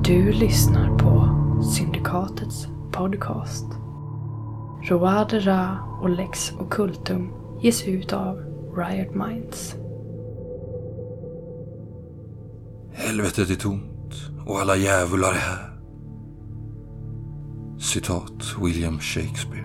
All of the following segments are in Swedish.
Du lyssnar på Syndikatets podcast. Roade Ra och Lex Occultum ges ut av Riot Minds. Helvetet är tomt och alla djävular är här. Citat William Shakespeare.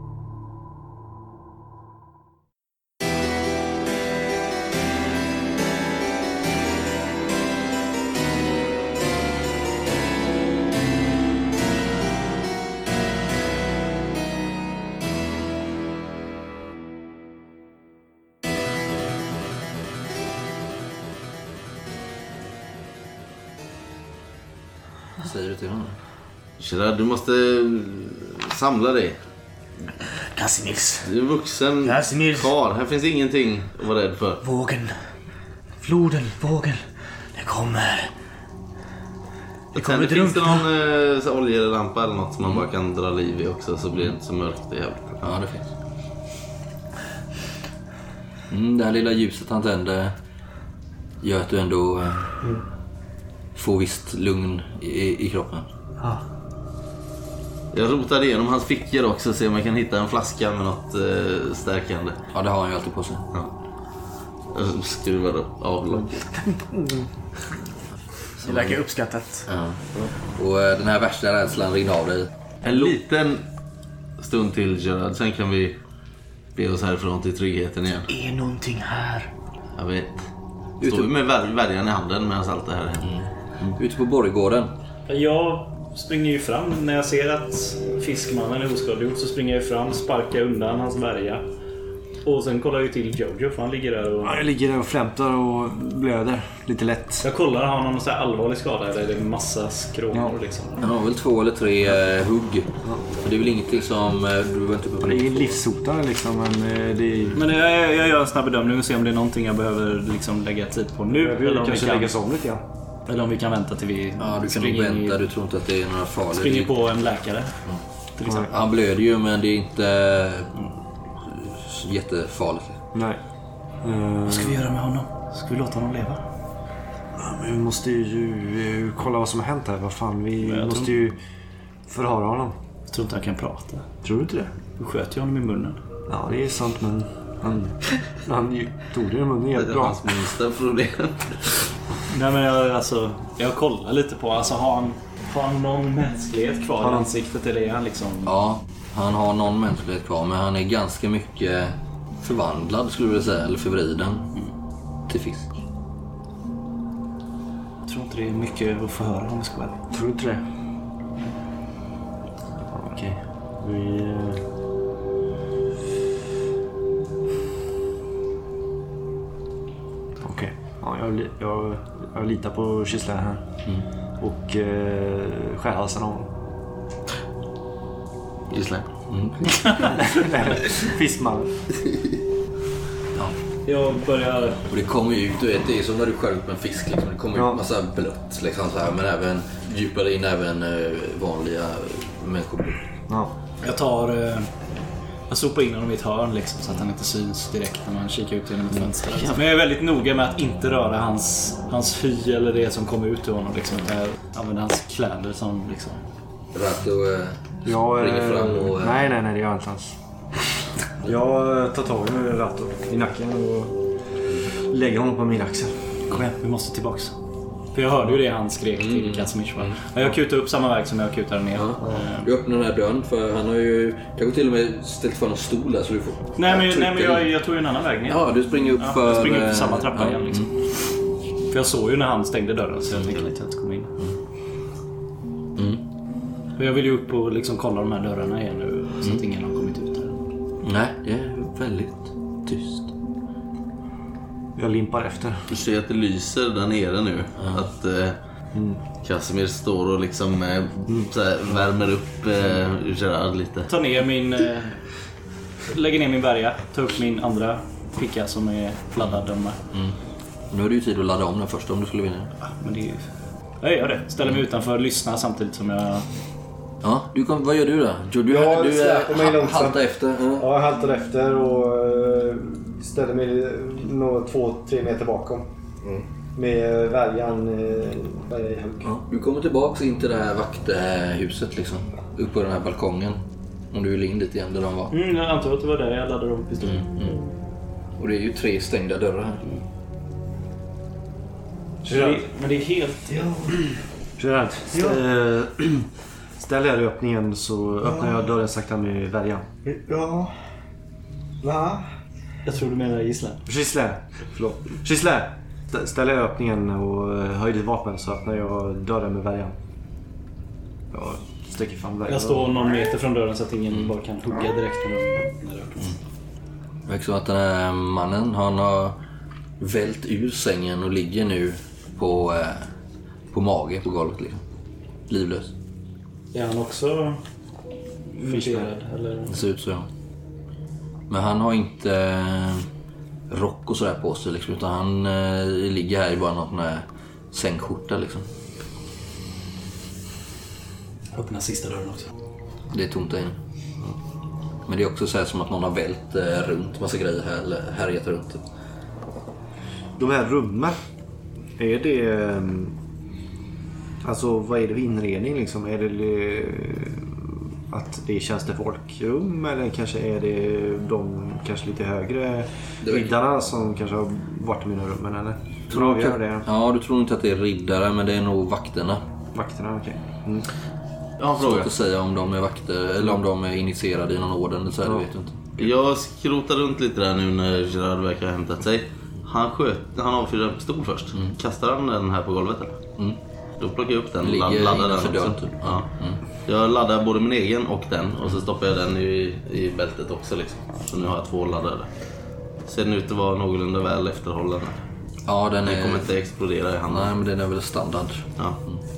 Vad säger du till honom? Tjena, du måste samla dig. Casimirs. Du är vuxen karl. Här finns ingenting att vara rädd för. Vågen. Floden, vågen. Det kommer. Det kommer Finns det någon oljelampa eller något som man bara kan dra liv i också, så blir det inte så mörkt. Det är jävligt. Ja, det finns. Det här lilla ljuset han tände gör att du ändå får visst lugn i kroppen. Ja. Jag rotar igenom hans fickor också, se om jag kan hitta en flaska med något stärkande. Ja, det har han ju alltid på sig. Ja. Jag skruvar av locket. Det verkar uppskattat. Ja. Och den här värsta rädslan rinner av dig. En liten stund till, Gerard. Sen kan vi be oss härifrån till tryggheten igen. Det är någonting här. Jag vet. Står vi med värjan i handen medan allt det här händer. Ute på borggården. Jag springer ju fram när jag ser att fiskmannen är oskadliggjord, så springer jag fram, sparkar undan hans värja. Och sen kollar jag till Jojo, för han ligger där och... Ja, jag ligger där och flämtar och blöder lite lätt. Jag kollar, har han någon så här allvarlig skada eller är det massa skråmor liksom? Han har väl 2 eller 3 hugg. Ja. Det är väl ingenting som du behöver inte på. Det är livshotare liksom, men det är... Men jag gör en snabb bedömning och ser om det är någonting jag behöver liksom lägga tid på nu. Eller om kanske lägga om lite, ja. Eller om vi kan vänta till vi du kan nog vänta, du tror inte att det är några farliga. Springer på en läkare. Till exempel. Han blöder ju, men det är inte jättefarligt. Nej. Vad ska vi göra med honom? Ska vi låta honom leva? Ja, men vi måste ju kolla vad som har hänt här. Vad fan, vi måste ju förhöra honom. Jag tror inte han kan prata. Tror du inte det? Du sköt ju honom i munnen. Ja, det är sant, men han tog det i munnen helt bra. Det är hans minsta problem. Nej, men jag kollar lite på, alltså har han någon mänsklighet kvar i ansiktet, eller är han liksom... Ja, han har någon mänsklighet kvar, men han är ganska mycket förvandlad, skulle jag säga, eller förvriden till fisk. Jag tror inte det är mycket att förhöra om vi ska vara. Tror du inte det? Okej. Okej. Ja, jag litar på kysslan här. Och skär halsen av honom. Gisslan. Fiskman. Ja. Jag börjar... Och det kommer ju ut, du vet, det är som när du skär upp en fisk liksom. Det kommer ut massa blött liksom så här, men även djupare in även vanliga människor. Ja. Jag sopar in honom i ett hörn liksom, så att han inte syns direkt när man kikar ut genom ett fönster. Men jag är väldigt noga med att inte röra hans hy eller det som kommer ut ur honom liksom. Jag använder hans kläder som liksom... Ratto ringer fram och... Nej, det gör jag inte alls. Jag tar tag i Ratto i nacken och lägger honom på min axel. Kom igen, vi måste tillbaks. För jag hörde ju det han skrek till Casimirs. Jag kutar upp samma väg som jag kutar ner. Du öppnar den här dörren, för han har ju kanske till och med ställt för en stol där så du får... Nej, men jag tog ju en annan väg ner. Ja, du springer upp för... Jag springer upp för samma trappa igen liksom. För jag såg ju när han stängde dörren, så jag tänkte att jag inte kom in. Och jag vill ju upp och liksom kolla de här dörrarna igen nu, så att ingen har kommit ut här. Nej, det är väldigt tyst. Jag limpar efter. Du ser att det lyser där nere nu. Att Casimir står och liksom så här, värmer upp Gerard lite. Lägger ner min värja. Tar upp min andra ficka som är laddad. Nu har du ju tid att ladda om den först om du skulle vinna. Ja, men det är ju... Jag gör det. Ställer mig utanför, lyssnar samtidigt som jag... Ja, vad gör du då? Du haltar efter. Ja, jag haltar efter och ställer mig 2-3 meter bakom. Med värjan i hugg. Ja, du kommer tillbaks in till det här vakthuset liksom. Upp på den här balkongen. Om du vill in dit igen där de var. Jag antar att det var där jag laddade om pistolen. Och det är ju 3 stängda dörrar här. Men det är helt... Gerard, ställ er i öppningen så öppnar jag dörren sakta med värjan. Ja. Va? Jag tror du menar gisslan. Gisle! Ställ er i öppningen och höj ditt vapen så öppnar jag dörren med värjan. Jag sträcker fram värjan. Jag står någon meter från dörren så att ingen bara kan hugga direkt när det öppnas. Det verkar som att den här mannen, han har vält ur sängen och ligger nu på mage på golvet liksom. Livlös. Är han också muterad eller? Det ser ut så, ja. Men han har inte rock och sådär på sig liksom, utan han ligger här i bara någon sängskjorta liksom. Öppna sista dörren också. Det är tomt där inne. Men det är också så här som att någon har vält runt massa grejer här, eller härjat runt. De här rummen, är det... Alltså vad är det för inredning liksom? Är det att det är tjänstefolkrum eller kanske är det de kanske lite högre riddarna som kanske har varit i mina rummen eller? Tror du gör det? Ja, du tror inte att det är riddare, men det är nog vakterna. Vakterna, okej. Jag har en fråga. Svårt att säga om de är vakter eller om de är initierade i någon orden, så här, det vet jag inte. Jag skrotar runt lite där nu när Gerard verkar ha hämtat sig. Han avfyrade en pistol först. Kastar han den här på golvet eller? Då plockar jag upp den och laddar den också. Dörren, typ. Ja. Jag laddar både min egen och den. Och så stoppar jag den i bältet också liksom. Så nu har jag 2 laddare. Ser den ut att vara någorlunda väl efterhållen. Ja, den kommer inte explodera i handen. Nej, men den är väl standard. Ja.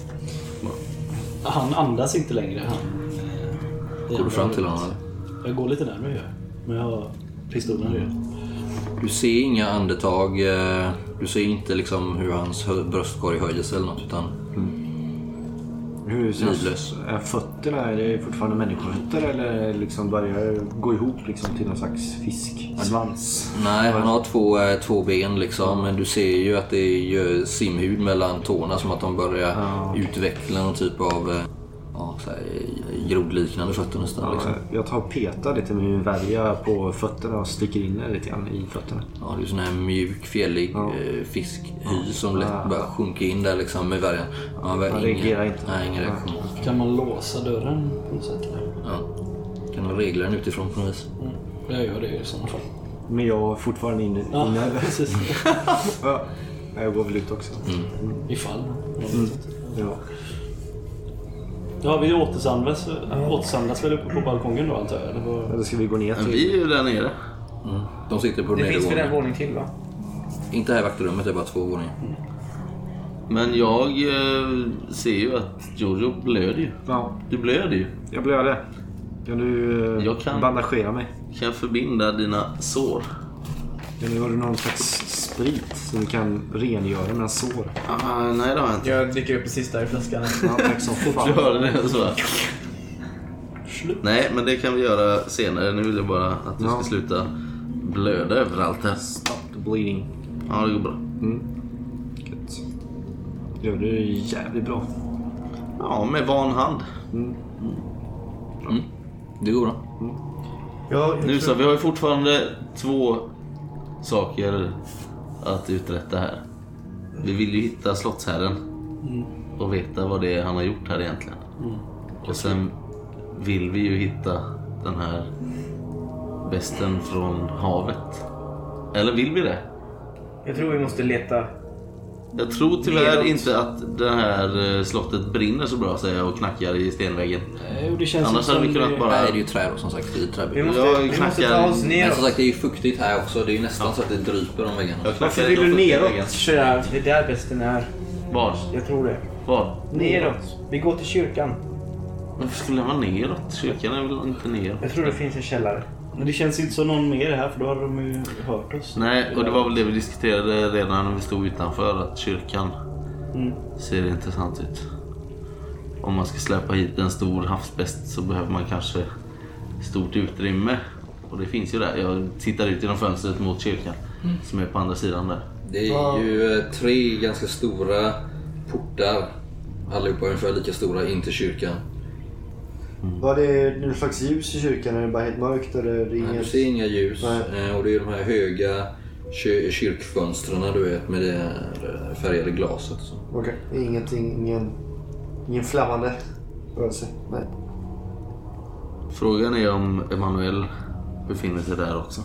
Han andas inte längre. Går du fram till honom eller? Jag går lite närmare gör. Men jag har pistolen redan. Du ser inga andetag. Du ser inte liksom hur hans bröstkorg höjs eller något, utan Hur livlös. Är fötterna, är det fortfarande människofötter eller liksom börjar gå ihop liksom till någon slags fisksvans? Nej, han har två ben liksom, men du ser ju att det är simhud mellan tårna, som att de börjar utveckla någon typ av så här, grodliknande fötter nästan. Liksom. Jag tar och petar lite med min värja på fötterna och sticker in lite grann i fötterna. Ja, det är sån här mjuk, fjällig fiskhy som lätt börjar sjunka in där liksom med värjan. Han reagerar inte. Nej, ingen reaktion. Kan man låsa dörren på något sätt? Ja. Kan du regla den utifrån på något vis? Jag gör det i sådana fall. Men jag är fortfarande inne. Ja, precis. Ja, jag går väl ut också. Ifall. Ja. Ja, vi återsamlas väl uppe på balkongen då, antar jag? Eller ska vi gå ner till? Vi är ju där nere. De sitter på Det nedre finns väl en våningen. våning till va? Inte här i vaktrummet, det är bara 2 våningar. Men jag ser ju att Jojo blöder ju. Ja, Du blöder ju. jag blöder. Kan du Jag kan. bandagera mig? Kan jag förbinda dina sår? Har du någon slags sprit som du kan rengöra mina sår? Nej, det har jag inte. Jag dricker upp det sista i flaskan. Ja, tack som Du fan. hörde det så. Nej, men det kan vi göra senare. Nu vill jag bara att du ska sluta blöda överallt här. Stop the bleeding. Ja, det går bra. Gött. Gör du jävligt bra. Ja, med van hand. Det går bra. Nu så, vi har ju fortfarande 2 saker att uträtta här. Vi vill ju hitta slottsherren och veta vad det är han har gjort här egentligen. Och sen vill vi ju hitta den här västen från havet. Eller vill vi det? Jag tror vi måste leta. Jag tror tyvärr Neråt. inte att det här slottet brinner så bra, säger jag, och knackar i stenväggen. Det känns Annars hade vi kunnat bara... Nej, det är ju trä då, som sagt. Det är Vi träbygge. måste, Jag vi måste knackar- ta oss Men neråt. som sagt, det är ju fuktigt här också. Det är ju nästan så att det dryper om väggarna. Jag knackar Varför i vill du de neråt? väggen. Gerard? Det är där bästen är. Var? Jag tror det. Var? Neråt. Vi går till kyrkan. Varför skulle jag vara neråt? Kyrkan är väl inte neråt? Jag tror det finns en källare. Men det känns inte som någon mer här, för då hade de ju hört oss. Nej, och det var väl det vi diskuterade redan när vi stod utanför, att kyrkan ser intressant ut. Om man ska släppa hit en stor havsbäst så behöver man kanske stort utrymme. Och det finns ju där. Jag tittar ut genom fönstret mot kyrkan som är på andra sidan där. Det är ju 3 ganska stora portar. Allihopa ungefär lika stora in till kyrkan. Var det någon slags ljus i kyrkan? Är det bara helt mörkt? Eller det Nej, du ser inga ljus. Och det är de här höga kyrkfönstren, du vet, med det färgade glaset. Okej, ingen flammande rörelse. Nej. Frågan är om Emanuel befinner sig där också.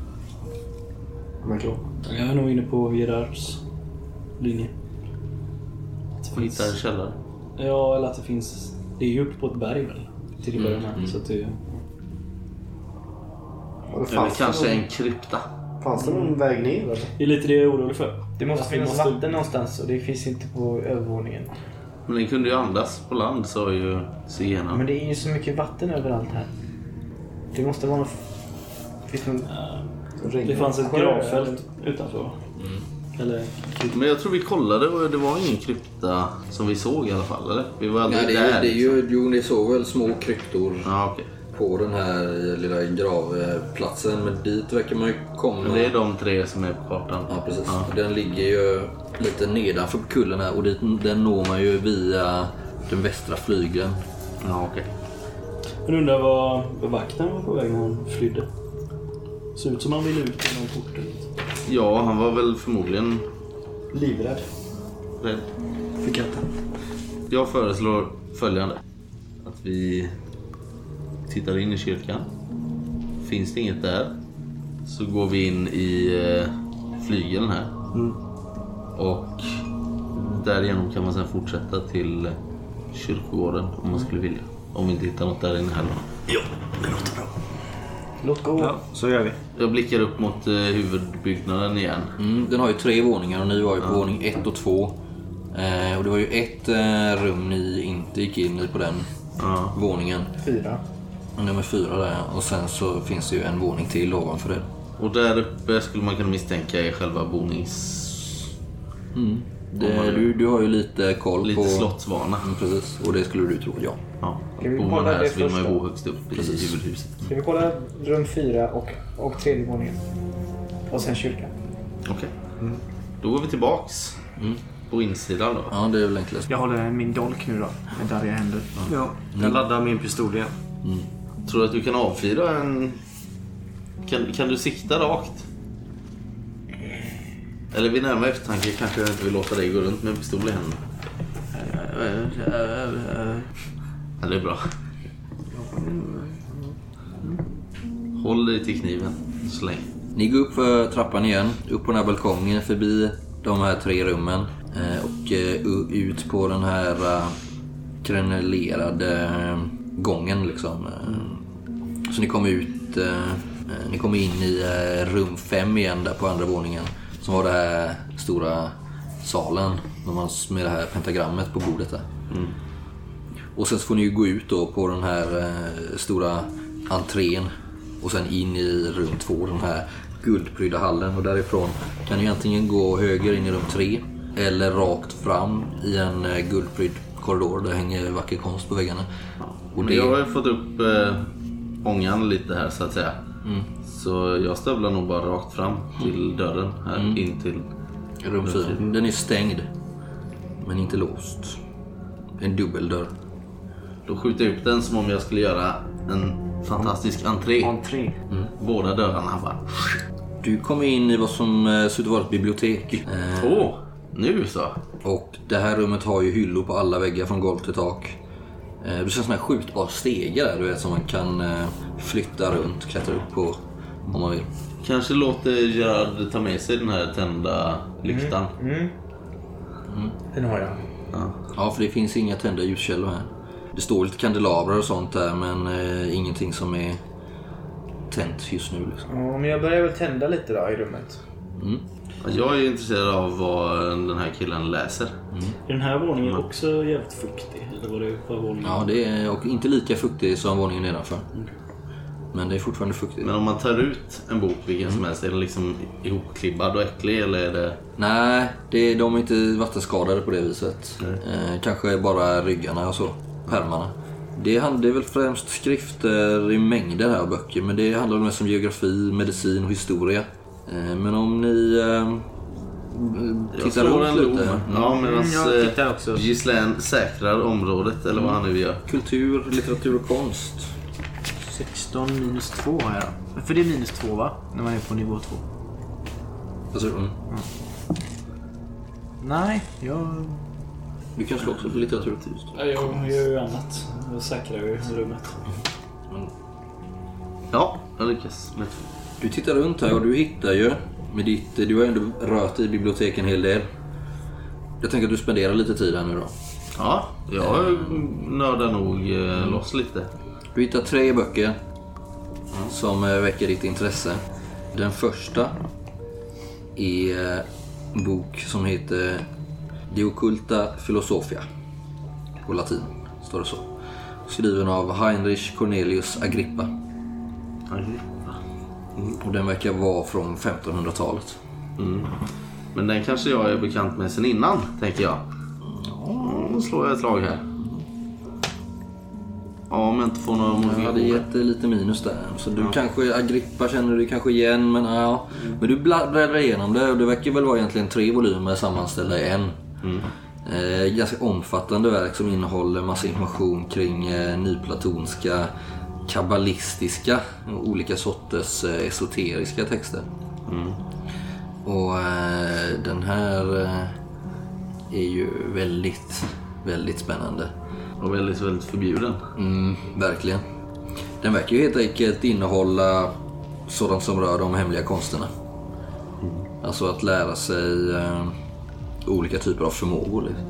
Jag är nog inne på Gerards linje. Hitta en källare. Ja, eller att det finns... Det är ju uppe på ett berg väl? Till i början här. Så att det... Eller kanske en krypta. Fanns det någon väg ner eller? Det är lite det jag är orolig för. Det måste finnas vatten någonstans och det finns inte på övervåningen. Men den kunde ju andas på land, sa ju Siena. Men det är ju så mycket vatten överallt här. Det måste vara det fanns ett gravfält utanför. Eller... Men jag tror vi kollade och det var ingen krypta som vi såg i alla fall, eller? Vi var aldrig där. Det är ju, jo, ni såg väl små kryptor på den här lilla gravplatsen. Men dit verkar man ju komma. Men det är de 3 som är på kartan. Ja, precis. Den ligger ju lite nedanför kullen här och den når man ju via den västra flygeln. Ja, okej. Men undrar vad vakten var på väg när han flydde. Såg ut som han ville ut genom porten. Ja, han var väl förmodligen livrädd. Rädd. För katten. Jag föreslår följande. Att vi tittar in i kyrkan. Finns det inget där så går vi in i flygeln här. Och därigenom kan man sedan fortsätta till kyrkogården om man skulle vilja. Om vi inte hittar något där inne heller. Ja, det låter bra. Låt gå. Ja, så gör vi. Jag blickar upp mot huvudbyggnaden igen. Den har ju 3 våningar och ni var ju på våning 1 och 2. Och det var ju ett rum ni inte gick in i på den våningen. 4. Nummer 4 där. Och sen så finns det ju en våning till ovanför det. Och där uppe skulle man kunna misstänka är själva bonings... Du har ju lite koll lite på... Lite slottsvana. Precis, och det skulle du tro, ja. Bor man här så vill man ju bo högst upp i huvudhuset. Ska vi kolla rum 4 och 3:e våningen? Och sen kyrkan. Okej. Då går vi tillbaks på insidan då. Ja, det är väl enklast. Jag håller min dolk nu då, med darriga händer. Ja, jag laddar min pistol igen. Tror du att du kan avfyra en... Kan du sikta rakt? Eller vid närmare eftertanke kanske jag inte vill låta dig gå runt med en pistol i händerna. Ja, det är bra. Håll dig till kniven så länge. Ni går upp för trappan igen, upp på den här balkongen förbi de här 3 rummen och ut på den här krenelerade gången liksom. Så ni kommer ut, ni kommer in i rum 5 igen där på andra våningen, som var det här stora salen med det här pentagrammet på bordet där. Och sen så får ni ju gå ut då på den här stora entrén och sen in i rum 2, den här guldprydda hallen, och därifrån kan ni antingen gå höger in i rum 3 eller rakt fram i en guldprydd korridor där hänger vacker konst på väggarna. Och det... Jag har fått upp ångan lite här så att säga. Så jag stövlar nog bara rakt fram till dörren här in till rum 4. Den är stängd men inte låst. En dubbeldörr. Då skjuter jag upp den som om jag skulle göra en fantastisk entré. Båda dörrarna bara. Du kommer in i vad som ser ut att vara ett bibliotek. Nu så. Och det här rummet har ju hyllor på alla väggar från golv till tak. Du ser sådana här skjutbara stegar där, du vet, som man kan flytta runt, klättra upp på om man vill. Kanske låter Gerard ta med sig den här tända lyktan. Den har jag. Ja, för det finns inga tända ljuskällor här. Det står lite kandelabrar och sånt där, men ingenting som är tänt just nu liksom. Ja, men jag börjar väl tända lite då i rummet. Jag är intresserad av vad den här killen läser. Är den här våningen också jävligt fuktig? Eller var det på våningen? Ja, det är och inte lika fuktig som våningen nedanför. Men det är fortfarande fuktigt. Men om man tar ut en bok vilken som helst, är den liksom ihopklibbad och äcklig eller är det... Nej, de är inte vattenskadade på det viset. Kanske bara ryggarna och så, pärmarna. Det är väl främst skrifter i mängder här böcker, men det handlar mest om geografi, medicin och historia. Men om ni tittar runt lite. Ja, medan jag tittar också. Ghislaine säkrar området, eller vad han nu gör. Kultur, litteratur och konst. 16 minus 2 har jag då. För det är minus 2 va? När man är på nivå 2. Alltså, Nej, jag... Du kanske också på litteratur. Jag gör ju annat. Jag säkrar ju rummet. Ja, jag lyckas med 2. Du tittar runt här och du hittar ju med ditt... Du har ändå rört i biblioteken en hel del. Jag tänker att du spenderar lite tid här nu då. Ja, jag nördar nog loss lite. Du hittar 3 böcker som väcker ditt intresse. Den första är en bok som heter De Occulta Philosophia. På latin står det så. Skriven av Heinrich Cornelius Agrippa. Och den verkar vara från 1500-talet. Men den kanske jag är bekant med sen innan, tänker jag. Då slår jag ett slag här. Ja, om jag inte får några... Jag hade gett lite minus där. Så du kanske, Agrippa känner du kanske igen. Men ja, men du bläddrar igenom det. Och det verkar väl vara egentligen 3 volymer sammanställda i en. Ganska omfattande verk som innehåller massa information kring nyplatonska, kabbalistiska och olika sorters esoteriska texter. Och den här är ju väldigt, väldigt spännande. Och väldigt, väldigt förbjuden. Verkligen. Den verkar ju helt enkelt innehålla sådant som rör de hemliga konsterna. Alltså att lära sig olika typer av förmågor. Liksom.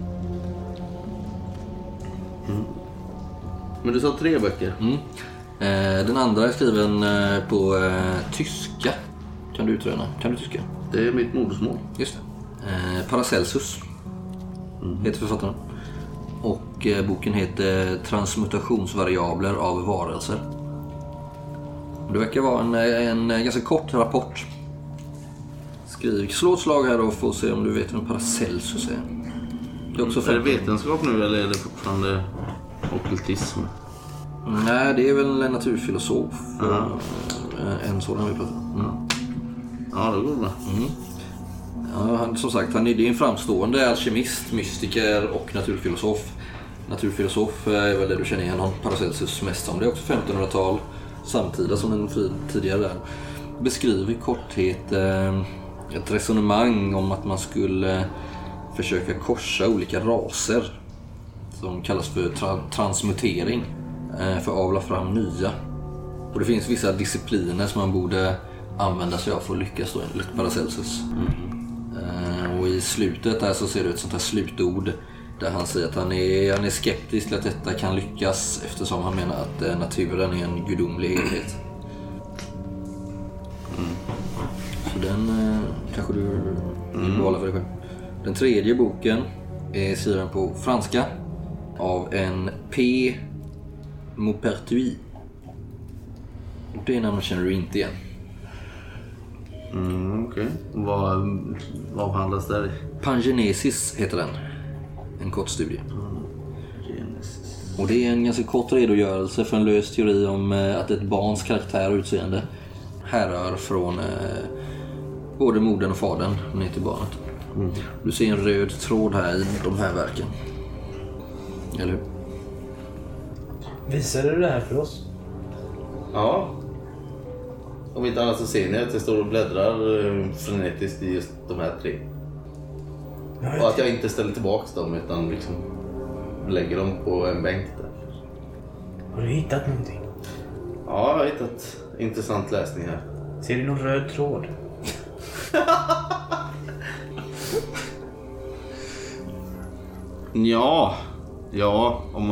Men du sa 3 böcker? Den andra är skriven på tyska. Kan du utröna? Kan du tyska? Det är mitt modersmål. Just det. Paracelsus heter författaren. Och boken heter Transmutationsvariabler av varelser. Det verkar vara en ganska kort rapport. Slå ett slag här och få se om du vet vem Paracelsus är. Det är också är det vetenskap nu eller är det fortfarande ockultism? Nej, det är väl en naturfilosof. En sådan vi pratar om. Ja, det går bra. Ja, han, som sagt, han är en framstående alkemist, mystiker och naturfilosof. Naturfilosof är väl det du känner igen honom, Paracelsus mest som. Det är också 1500-tal, samtida som en tidigare där. Beskriver i korthet ett resonemang om att man skulle försöka korsa olika raser som kallas för transmutering för att avla fram nya. Och det finns vissa discipliner som man borde använda sig av för att lyckas då, enligt Paracelsus. Och i slutet där så ser du ett sånt här slutord där han säger att han är skeptisk till att detta kan lyckas eftersom han menar att naturen är en gudomlig helhet. Så den kanske du vill behålla för dig själv. Den tredje boken är skriven på franska av en P. Maupertuis. Det namnet känner du inte igen. Okej. Vad avhandlas där? Pangenesis heter den. En kort studie. Och det är en ganska kort redogörelse för en lös teori om att ett barns karaktär och utseende härrör från både modern och fadern ner till barnet. Du ser en röd tråd här i de här verken. Eller hur? Visade du det här för oss? Ja. Om inte annat så ser ni att jag står och bläddrar frenetiskt i just de här 3. Och att jag inte ställer tillbaka dem utan liksom lägger dem på en bänk där. Har du hittat någonting? Ja, jag har hittat intressant läsning här. Ser du någon röd tråd? Ja, om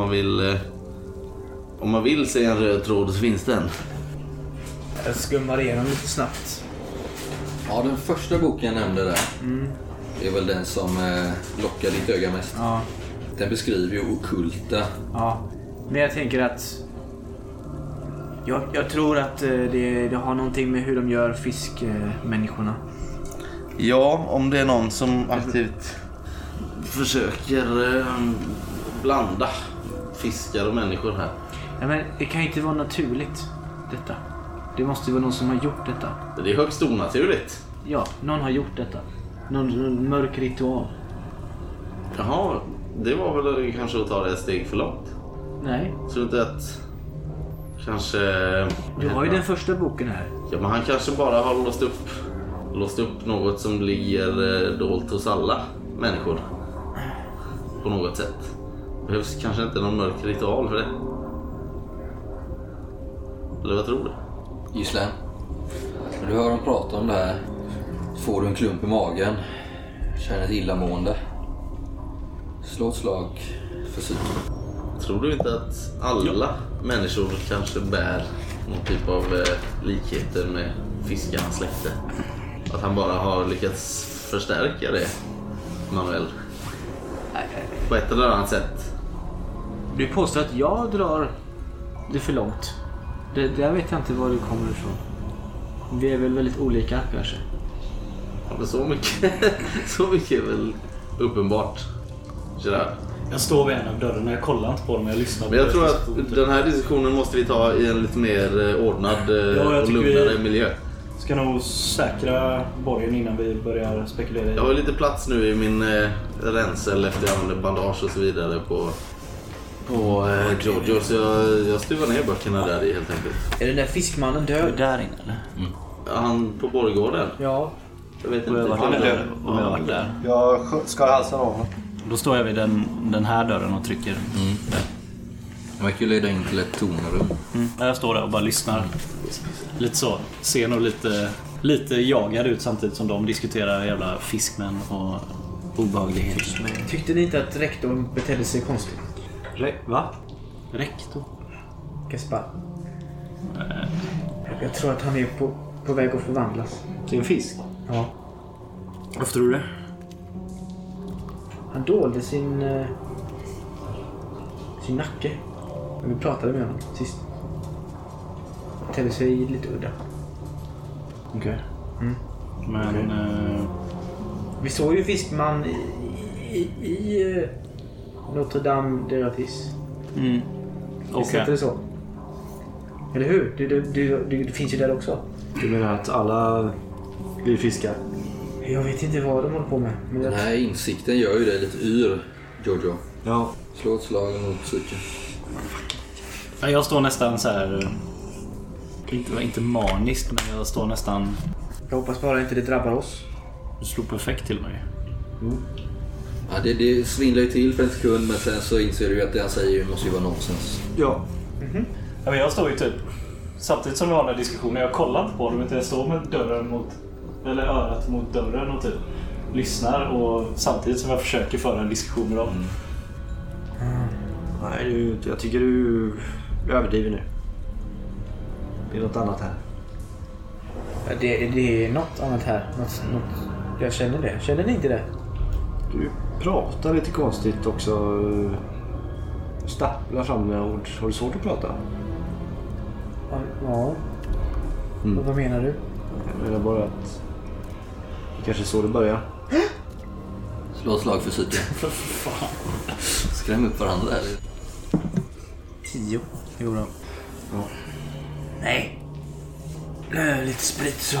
man vill se en röd tråd så finns den. Jag skummar igenom lite snabbt. Ja, den första boken jag nämnde där. Det är väl den som lockar ditt öga mest. Ja. Den beskriver ju ockulta. Ja, men jag tänker att jag tror att det har någonting med hur de gör fiskmänniskorna. Ja, om det är någon som aktivt försöker blanda fiskar och människor här. Ja, men det kan ju inte vara naturligt detta. Det måste ju vara någon som har gjort detta. Det är högst onaturligt. Ja, någon har gjort detta. Någon mörk ritual. Jaha, det var väl kanske att ta det ett steg för långt. Nej. Tror du inte att... Kanske... Du har ju den första boken här. Ja, men han kanske bara har låst upp något som ligger dolt hos alla människor. På något sätt. Behövs kanske inte någon mörk ritual för det. Eller vad tror du? Gisslan, när du hör dem prata om det här får du en klump i magen. Känner ett illamående. Slå ett slag för psyken. Tror du inte att alla människor kanske bär någon typ av likheter med fiskarnas släkte? Att han bara har lyckats förstärka det, Manuel? På ett eller annat sätt. Du påstår att jag drar det för långt. Det där vet jag inte var du kommer ifrån. Vi är väl väldigt olika kanske. Ja, men så mycket är väl uppenbart. Gerard. Jag står vid en av dörrarna, jag kollar inte på dem, jag lyssnar. Men jag tror att den här diskussionen måste vi ta i en lite mer ordnad och lugnare miljö. Ska nog säkra borgen innan vi börjar spekulera. Jag har lite plats nu i min ränsel efter jag använde bandage och så vidare på Jojo, så jag stuvar ner böckerna där i helt enkelt. Är den där fiskmannen död? Där inne eller? Han på borggården? Ja. Jag vet inte. Han är död om jag har varit där. Jag skar halsen av honom. Då står jag vid den här dörren och trycker. Där. Jag verkar ju leda in till ett tonrum. Jag står där och bara lyssnar. Lite så. Ser nog lite jagad ut samtidigt som de diskuterar jävla fiskmän och obehagligheter. Tyckte ni inte att rektorn betedde sig konstigt? Va? Rektor? Gaspar. Jag tror att han är på väg att förvandlas. Till en fisk? Ja. Varför tror du det? Han dolde sin nacke. Vi pratade med honom sist. Det tedde sig lite udda. Okej. Men... Vi såg ju fiskman i Notre Dame de Ratis. Okej. Det så. Eller hur? Det finns ju där också. Du menar att alla blir fiskar? Jag vet inte vad de håller på med. Men den här insikten gör ju det lite yr, Jojo. Ja. Slå ett slag mot psyken. Jag står nästan så här... Inte maniskt, men jag står nästan... Jag hoppas bara inte det drabbar oss. Du slår perfekt till mig. Ja, det svindlar ju till för en sekund, men sen så inser du att det han säger måste ju vara nonsens. Ja. Ja, men jag står ju typ... Samtidigt som vi har den här diskussionen, jag kollar inte på dem, utan jag står med dörren mot... Eller örat mot dörren och typ lyssnar, och samtidigt som jag försöker föra en diskussion med dem. Nej, jag tycker du överdriver nu. Det är något annat här. Ja, det är något annat här. Något, jag känner det. Känner ni inte det? Du pratar lite konstigt också. Stapplar fram med ord. Har du svårt att prata? Ja. Vad menar du? Jag menar bara att det kanske är så det börjar. Slå ett slag för psyken. För fan. Skräm upp varandra eller? 10. Jo då. Ja. Nej. Lite sprit så.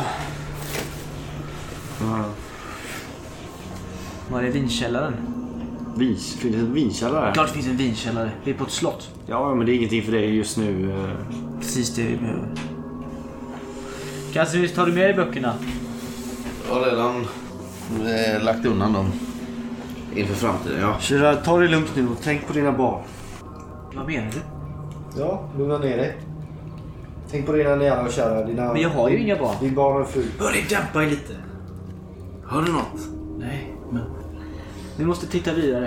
Var är vinkällaren? Finns det en vinkällare? Klart det finns en vinkällare. Vi är på ett slott. Ja, men det är ingenting för dig just nu. Precis det vi behöver. Kanske tar du med dig böckerna? Jag har redan lagt undan dem inför framtiden, ja. Gerard, ta det lugnt nu och tänk på dina barn. Vad menar du? Ja, lugna ner dig. Tänk på dina nära och kära. Men jag har ju inga barn. Din barn och fru. Bör dig dämpa dig lite. Har du något? Nej, men... Vi måste titta vidare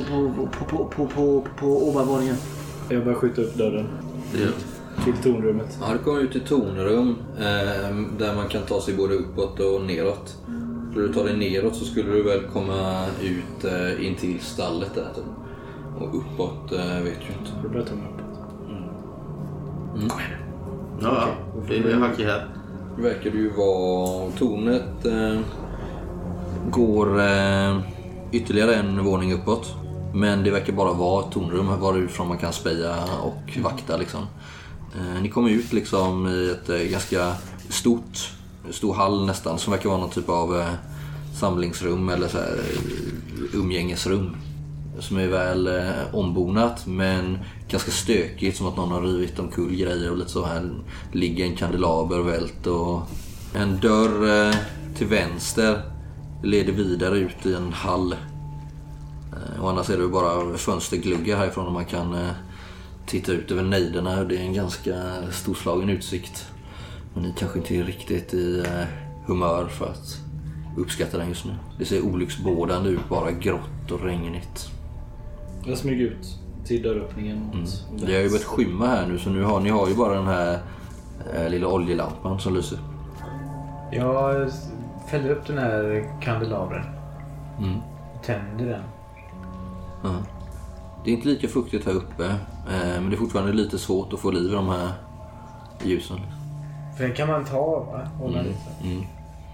på ovanvåningen. Jag börjar skjuta upp dörren. Det gör till tonrummet. Ja, du kommer ut i tonrum där man kan ta sig både uppåt och neråt. Skulle du ta dig neråt så skulle du väl komma ut in till stallet där. Typ. Och uppåt vet jag inte. Du börjar tumma uppåt. Kom igen. Ja, det är hackig här. Det verkar ju vara... Tornet går ytterligare en våning uppåt. Men det verkar bara vara ett tonrum varifrån man kan speja och vakta liksom. Ni kommer ut liksom i ett ganska stor hall nästan som verkar vara någon typ av samlingsrum eller så här umgängesrum som är väl ombonat men ganska stökigt, som att någon har rivit omkull grejer och lite så här. Det ligger en kandelaber vält och en dörr till vänster leder vidare ut i en hall. Och annars är det bara fönstergluggar härifrån och man kan titta ut över nejderna. Det är en ganska storslagen utsikt. Men ni kanske inte är riktigt i humör för att uppskatta den just nu. Det ser olycksbådande ut, bara grått och regnigt. Jag smyger ut till dörröppningen. Det har ju börjat skymma här nu, så nu ni har ju bara den här lilla oljelampan som lyser. Jag fäller upp den här kandelabren. Tänder den. Det är inte lika fuktigt här uppe, men det är fortfarande lite svårt att få liv i de här ljusen. För den kan man ta, va? Hålla lite.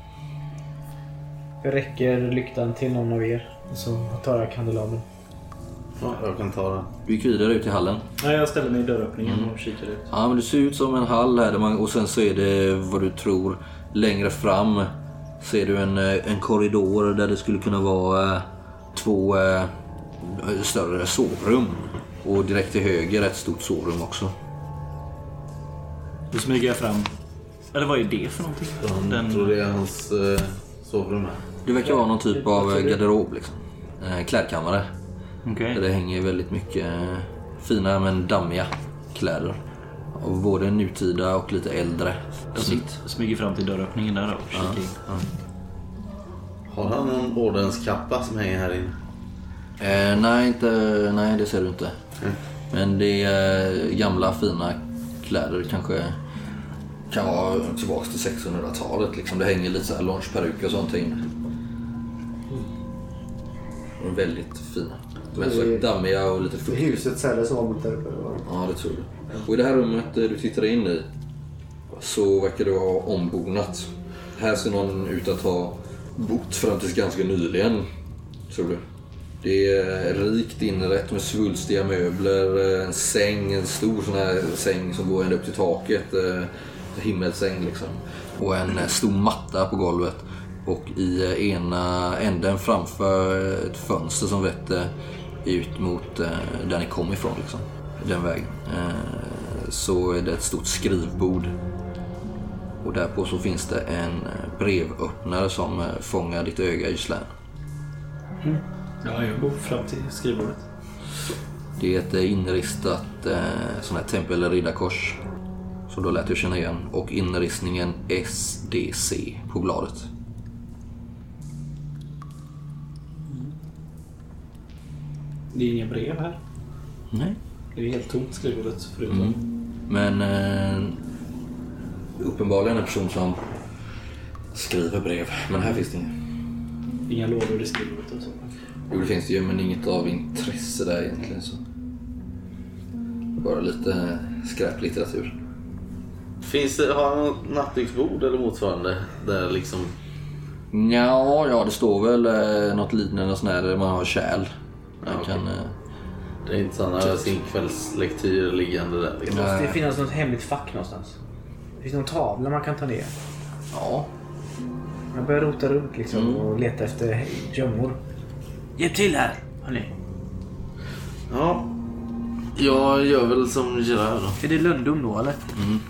Jag räcker lyktan till någon av er, så tar jag kandelabern. Ja, jag kan ta den. Vi gick vidare ut i hallen. Nej, jag ställer mig i dörröppningen och kikar ut. Ja, men det ser ut som en hall här och sen så är det vad du tror längre fram ser du en korridor där det skulle kunna vara 2 större sovrum och direkt till höger ett stort sovrum också. Då smyger jag fram. Eller vad är det för någonting? Jag tror det är hans sovrum här. Det verkar vara någon typ av garderob liksom. Klädkammare. Okay. Där det hänger väldigt mycket fina men dammiga kläder. Av både nutida och lite äldre snitt. Jag smyger fram till dörröppningen där och kikar in. Har han någon ordenskappa som hänger här inne? Nej, det ser du inte. Men det är gamla fina kläder, kanske kan vara tillbaka till 1600-talet liksom. Det hänger lite så här loungeperuk och sånt in. De är väldigt fina. Men så dammiga och lite fuktiga. Huset säljer så mot där uppe. Ja, det tror jag. Och i det här rummet du tittar in i så verkar det vara ombonat. Här ser någon ut att ha bott fram tills ganska nyligen, tror du. Det är rikt inrätt med svulstiga möbler, en säng, en stor sån här säng som går ända upp till taket, himmelsäng liksom. Och en stor matta på golvet. Och i ena änden framför ett fönster som vetter ut mot där ni kom ifrån liksom, den vägen. Så är det ett stort skrivbord. Och därpå så finns det en brevöppnare som fångar ditt öga i slän. Ja, jag går fram till skrivbordet. Det är ett inristat sån här tempel- eller riddarkors. Så då lät jag känna igen. Och inristningen SDC på bladet. Det är inga brev här. Nej. Det är helt tomt skrivbordet förutom. Men uppenbarligen en person som skriver brev. Men här finns det inga. Inga lådor i skrivbordet och så. Jo, det finns det ju, men inget av intresse där egentligen. Så. Bara lite skräplitteratur. Har han något nattduksbord eller motsvarande där liksom? Ja, det står väl något liknande sån här där man har kärl. Det är inte sådana sin kvällslektyr liggande där liksom. Måste det finnas något hemligt fack någonstans? Det finns någon tavla man kan ta ner. Ja. Man börjar rota runt liksom och leta efter gömmor. Hjälp till här, hörni. Ja, jag gör väl som Gerard då. Är det Lundum då, eller?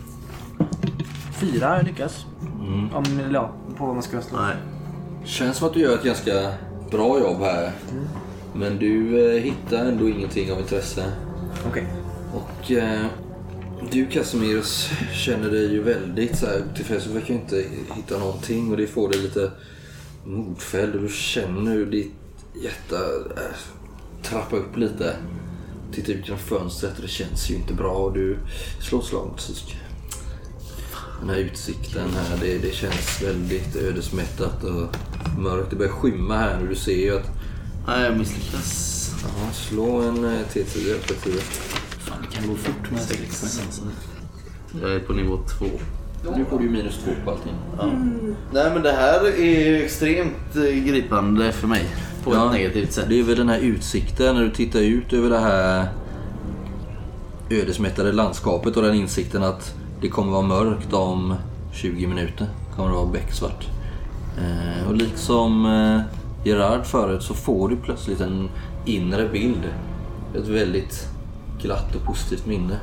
4 lyckas. På vad man ska slå. Nej. Känns som att du gör ett ganska bra jobb här. Men du hittar ändå ingenting av intresse. Okej. Och du, Casimirs, känner dig ju väldigt så här tillfället, så verkar inte hitta någonting. Och det får dig lite modfälld. Du känner hur ditt hjärta trappa upp lite. Titta ut genom fönstret och det känns ju inte bra. Och du slår slag mot psyk. Den här utsikten här, det känns väldigt ödesmättat och mörkt. Det börjar skymma här nu. Du ser ju att... Nej, jag misslyckas. Ja, slå en T10 på 10. Fan, det kan gå fort med 6. Jag är på nivå 2. Nu får du ju minus 2 på allting. Ja. Nej, men det här är extremt gripande för mig på ett negativt sätt. Det är väl den här utsikten när du tittar ut över det här ödesmättade landskapet och den insikten att det kommer vara mörkt om 20 minuter. Kommer det vara becksvart. Och liksom Gerard förut så får du plötsligt en inre bild. Ett väldigt glatt och positivt minne.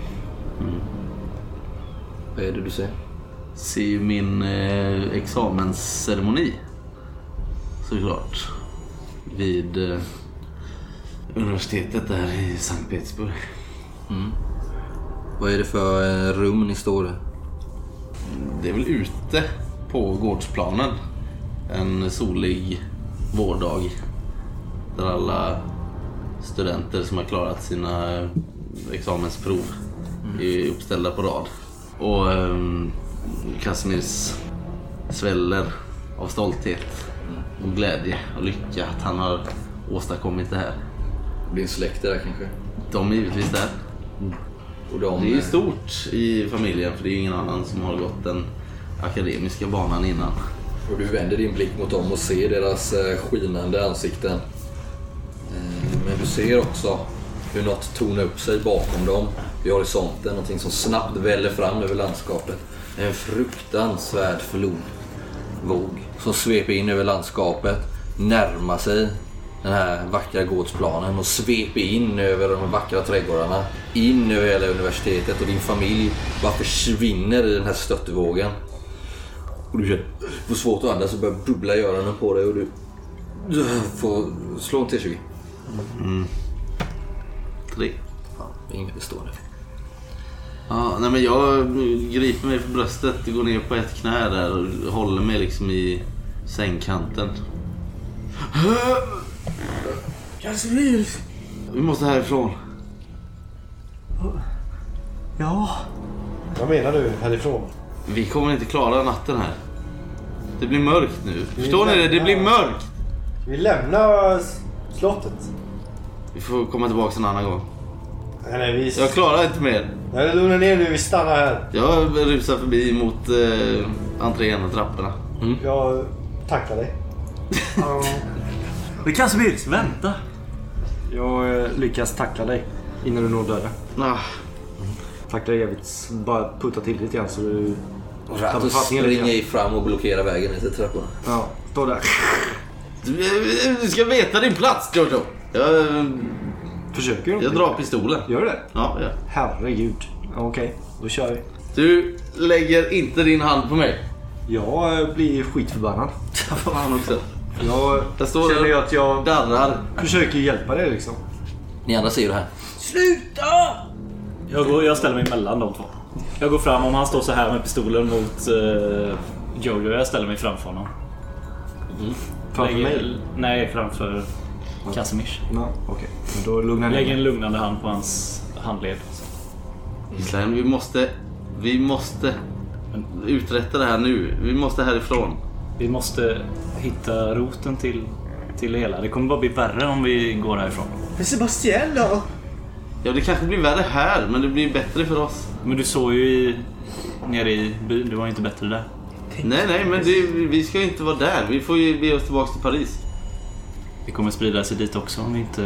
Vad är det du ser? Ser min examensceremoni. Såklart. Vid universitetet där i Sankt Petersburg. Vad är det för rum ni står i? Det är väl ute på gårdsplanen. En solig vårdag. Där alla studenter som har klarat sina examensprov är uppställda på rad. Och Casimirs sväller av stolthet och glädje och lycka att han har åstadkommit det här. Din släkt där kanske? De är givetvis där. Och de... Det är stort i familjen för det är ingen annan som har gått den akademiska banan innan. Och du vänder din blick mot dem och ser deras skinande ansikten. Men du ser också hur något tornar upp sig bakom dem vid horisonten. Någonting som snabbt väller fram över landskapet. En fruktansvärd flodvåg som sveper in över landskapet, närmar sig den här vackra gårdsplanen och sveper in över de vackra trädgårdarna, in över hela universitetet, och din familj bara försvinner i den här stöttevågen. Och du får svårt att andas och börjar bubbla i öronen på dig och du får slå en T20. 3. Fan, inget bestående. Ja, nej men jag griper mig för bröstet, går ner på ett knä där och håller mig liksom i sängkanten. Casimir! Vi måste härifrån. Ja. Vad menar du härifrån? Vi kommer inte klara natten här. Det blir mörkt nu. Förstår ni det? Det blir mörkt. Vi lämnar slottet. Vi får komma tillbaka en annan gång. Nej, vi... Jag klarar inte mer. Nej, lugna ner nu. Vi stannar här. Jag rusar förbi mot entrén och trapporna. Jag tacklar dig. Vi kan vänta. Jag lyckas tackla dig innan du når dörren. Tacklar dig jävligt. Bara putta till lite grann så du... Och springer fram och blockerar vägen ner till trapporna. Ja, stå där. Du ska veta din plats, Jojo. Försöker du? Jag drar pistolen. Gör du det? Ja. Herregud. Okej, då kör vi. Du lägger inte din hand på mig. Jag blir skitförbannad. Fan också. Jag känner att jag darrar. Försöker hjälpa dig liksom. Ni andra ser ju det här. Sluta! Jag ställer mig mellan de två. Jag går fram, om han står så här med pistolen mot Jojo, jag ställer mig framför honom. Framför mig? Nej, framför Casimirs. Ja, okej. Men då lugnar lägger en lugnande hand på hans handled. Island, vi måste uträtta det här nu. Vi måste härifrån. Vi måste hitta roten till det hela. Det kommer bara bli värre om vi går härifrån. Men Sebastian då? Ja, det kanske blir värre här, men det blir bättre för oss. Men du såg ju nere i byn, det var inte bättre där. Nej, men vi ska inte vara där. Vi får ju be oss tillbaka till Paris. Vi kommer sprida sig dit också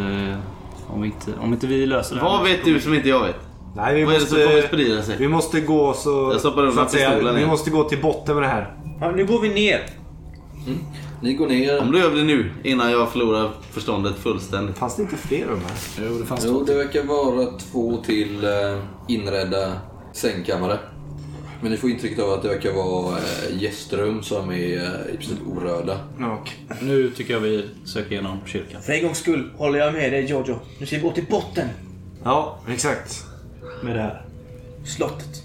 om inte vi löser det här. Vad vet du som inte jag vet? Nej, vad är det som kommer sprida sig? Vi måste gå så att säga, vi måste gå till botten med det här. Ja, nu går vi ner. Ni går ner. Om du gör det nu, innan jag förlorar förståndet fullständigt. Fanns det inte fler rum här? Jo, det fanns det verkar vara 2 till inredda sängkammare. Men ni får intrycket av att det verkar vara gästrum som är i princip orörda. Okay. Nu tycker jag vi söker igenom kyrkan. För en gångs skull håller jag med dig, Jojo. Nu ska vi gå till botten. Ja, exakt. Med det här slottet.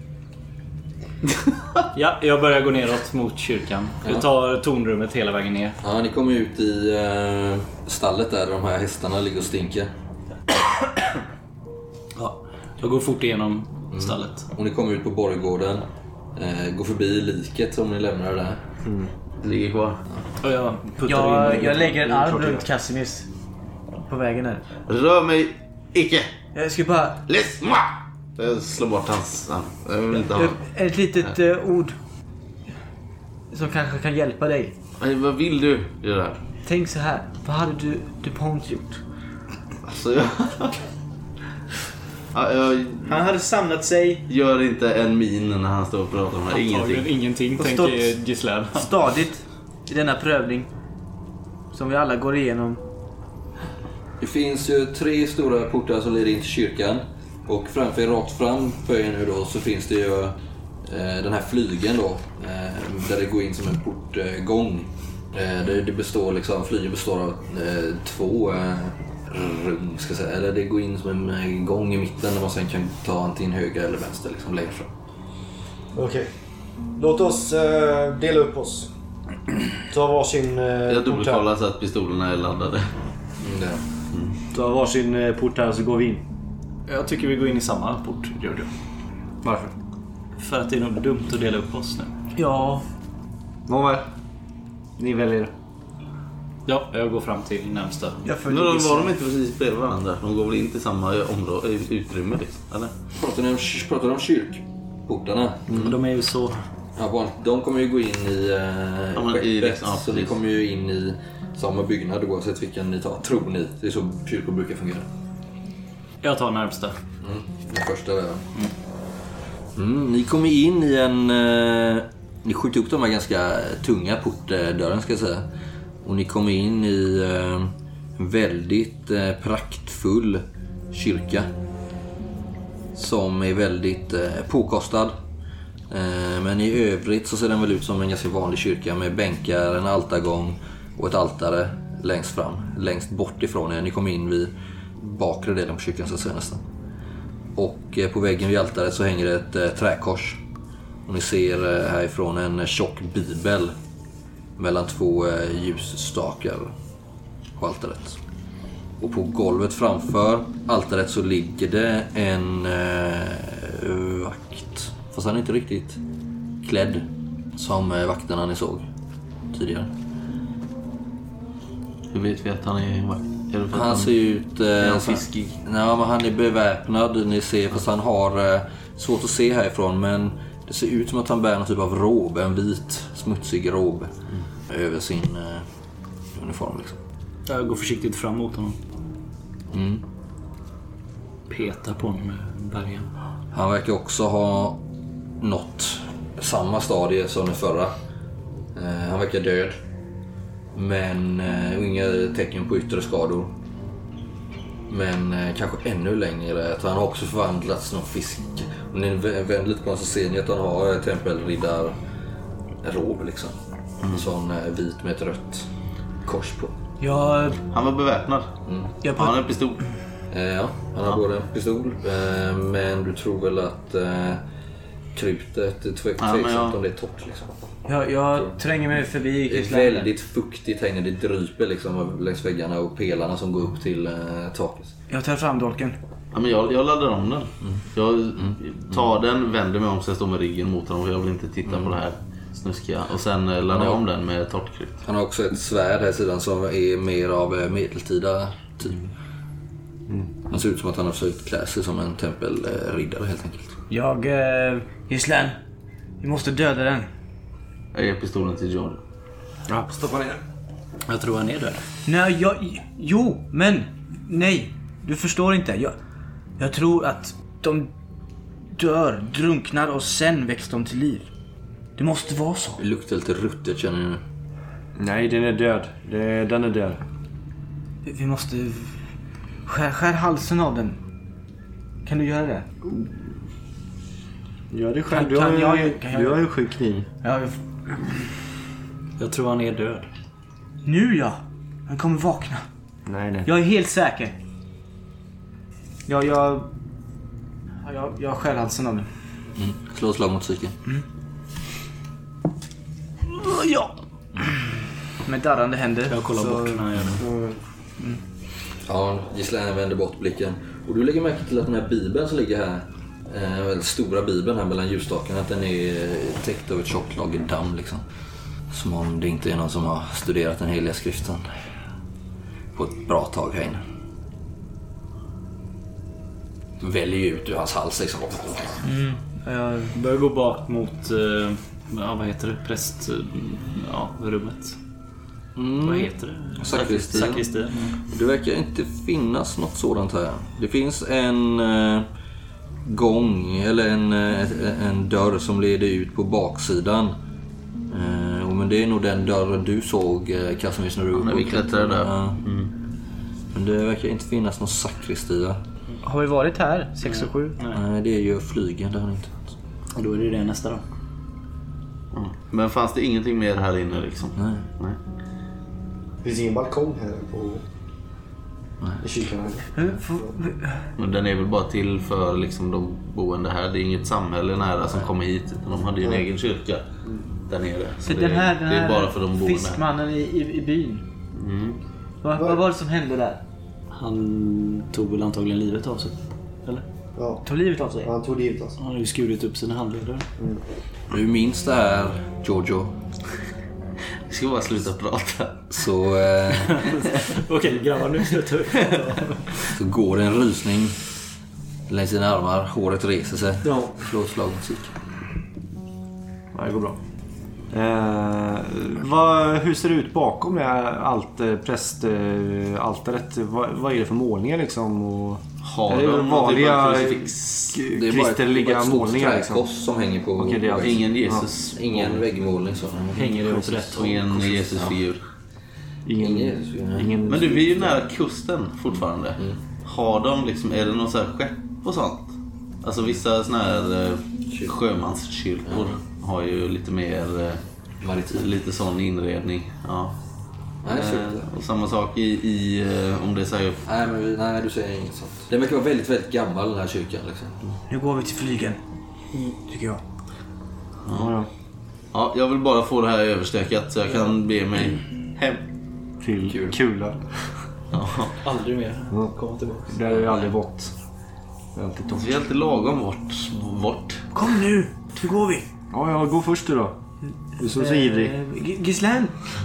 Ja, jag börjar gå neråt mot kyrkan. Vi tar tornrummet hela vägen ner. Ja, ni kommer ut i stallet där de här hästarna ligger och stinker. Ja, jag går fort igenom stallet. Och ni kommer ut på borggården. Går förbi liket som ni lämnar där. Det ligger kvar. Och jag lägger en arm runt Casimirs på vägen här. Rör mig icke. Jag ska bara... Lyssna! Jag slår bort hans... Jag vill inte ha... Ett litet ord som kanske kan hjälpa dig. Vad vill du göra? Tänk så här. Vad hade DuPont gjort? Alltså han hade samlat sig. Gör inte en min när han står och pratar om det här. Ingenting tänker Gislaine. Stadigt i denna prövning som vi alla går igenom. Det finns ju 3 stora portar som leder in till kyrkan. Och framför, rakt framför er nu då, så finns det ju den här flygen då. Där det går in som en portgång. Det består liksom, flygen består av 2 rum, ska jag säga. Eller det går in som en gång i mitten där man sen kan ta antingen höger eller vänster liksom längre fram. Okej. Låt oss dela upp oss. Ta varsin jag dubbelkollar så att pistolerna är laddade. Ta varsin port här så går vi in. Jag tycker vi går in i samma port, gör du. Varför? För att det är nog dumt att dela upp oss nu. Ja. Nåväl. Ni väljer. Ja, jag går fram till närmsta. Men då var de inte precis bredvid varandra? De går väl in till samma utrymme liksom, eller? Pratar du om kyrkportarna? De är ju så... Ja, de kommer ju gå in i skeppet, så ni kommer ju in i samma byggnad oavsett vilken ni tar. Tror ni? Det är så kyrkor brukar fungera. Jag tar närmsta. Den första där. Ni kommer in i en... Ni skjuter upp de här ganska tunga portdörren, ska jag säga. Och ni kommer in i en väldigt praktfull kyrka. Som är väldigt påkostad. Men i övrigt så ser den väl ut som en ganska vanlig kyrka med bänkar, en altargång och ett altare längst fram, längst bort ifrån er. Ni kommer in vid bakre delen på kyrkan, så att säga, nästan. Och på väggen vid altaret så hänger det ett träkors. Och ni ser härifrån en tjock bibel mellan 2 ljusstakar på altaret. Och på golvet framför altaret så ligger det en vakt. Fast han är inte riktigt klädd som vakterna ni såg tidigare. Hur vet vi att han är vakt? Han ser ut... fiskig? Nej, men han är beväpnad. Ni ser, fast han har svårt att se härifrån. Men det ser ut som att han bär någon typ av rob. En vit, smutsig rob över sin uniform liksom. Jag går försiktigt fram mot honom. Petar på honom med bergen. Han verkar också ha nått samma stadie som den förra. Han verkar död. Men inga tecken på yttre skador. Men kanske ännu längre att han har också förvandlats till någon fisk. Och ni vänder lite på honom så ser ni att han har tempelriddarrob liksom. En sån vit med ett rött kors på. Han var beväpnad. Han har en pistol. Ja, han har både en pistol. Men du tror väl att krutet är tveksamt om det är torrt liksom. Jag tränger mig förbi. Det är väldigt fuktigt här inne. Det dryper liksom längs väggarna och pelarna som går upp till taket. Jag tar fram dolken. Ja, men jag laddar om den. Jag tar den, vänder mig om så jag står med ryggen mot den. Och jag vill inte titta på det här snuskiga. Och sen laddar jag om den med torrt krut. Han har också ett svärd här sidan som är mer av medeltida typ. Han ser ut som att han har försökt klä sig som en tempelriddare helt enkelt. Gisslan, vi måste döda den. Jag ger pistolen till John. Ja, stoppa ner. Jag tror han är död. Nej, nej, du förstår inte. Jag tror att de dör, drunknar och sen växer de till liv. Det måste vara så. Det luktar lite ruttet, känner ni nu? Nej, den är död. Den är död. Vi måste... Skär halsen av den. Kan du göra det? Gör det själv. Du har ju sjuk kniv. Jag tror han är död. Nu ja. Han kommer vakna. Nej. Jag är helt säker. Jag skär halsen av den. Slå slag mot psyken. Ja. Med darrande händer. Jag kollar bort när jag gör det. Ja, Gisslan vänder bort blicken. Och du lägger märke till att den här bibeln som ligger här, väldigt stora bibeln här mellan ljusstakarna, att den är täckt av ett tjockt lager damm liksom. Som om det inte är någon som har studerat den heliga skriften på ett bra tag här inne. Väljer ut ur hans hals liksom. Jag börjar gå bak mot vad heter det? Rummet. Vad heter det? Sakristin. Det verkar inte finnas något sådant här. Det finns en gång eller en dörr som leder ut på baksidan. Men det är nog den dörren du såg, Casimir, när du när vi klättrade där. Ja. Men det verkar inte finnas någon sakristia. Har vi varit här? 6 och 7? Nej, det är ju flygen, det har ni inte. Och då är det nästa då. Men fanns det ingenting mer här inne liksom? Nej. Det finns ingen balkong här på kyrkan. Men den är väl bara till för liksom de boende här. Det är inget samhälle nära som kommer hit, utan de hade ju en egen kyrka där nere. Så det är bara för de boende. Fiskmannen i byn. Vad var det som hände där? Han tog väl antagligen livet av sig. Eller? Ja. Tog livet av sig? Han tog livet av sig. Han hade ju skurit upp sina handleder. Du minns det här, Giorgio? Vi ska bara sluta prata. Så, Okej, grabbar, nu slutar vi. så går det en rysning längs sina armar. Håret reser sig. Ja. Slå ett slag musik. Ja, det går bra. Hur ser det ut bakom det här prästaltaret? Vad är det för målningar liksom? Och Har de vanliga Det är kristerliga bara ett målningar liksom? träkors som hänger på. Okej, det är ingen Jesus. Ingen väggmålning så. Hänger det åt rätt Och ingen Jesusfigur. Ingen... Men du, vi är ju nära kusten fortfarande. Har de liksom, är det något så här skepp och sånt? Alltså vissa såna här sjömanskyrkor har ju lite mer lite sån inredning. Ja. Och samma sak i om det säger. Nej, du säger inget sånt. Det verkar vara väldigt, väldigt gammal, den här kyrkan liksom. Nu går vi till flygen. Tycker jag. Ja, jag vill bara få det här överstökat så jag kan be mig hem till Kula. Aldrig mer. Komma tillbaka. Det har ju aldrig bort. Vi är alltid lagom bort. Kom nu! Nu går vi. Ja, gå först du då. Du är så ivrig. Ghislaine!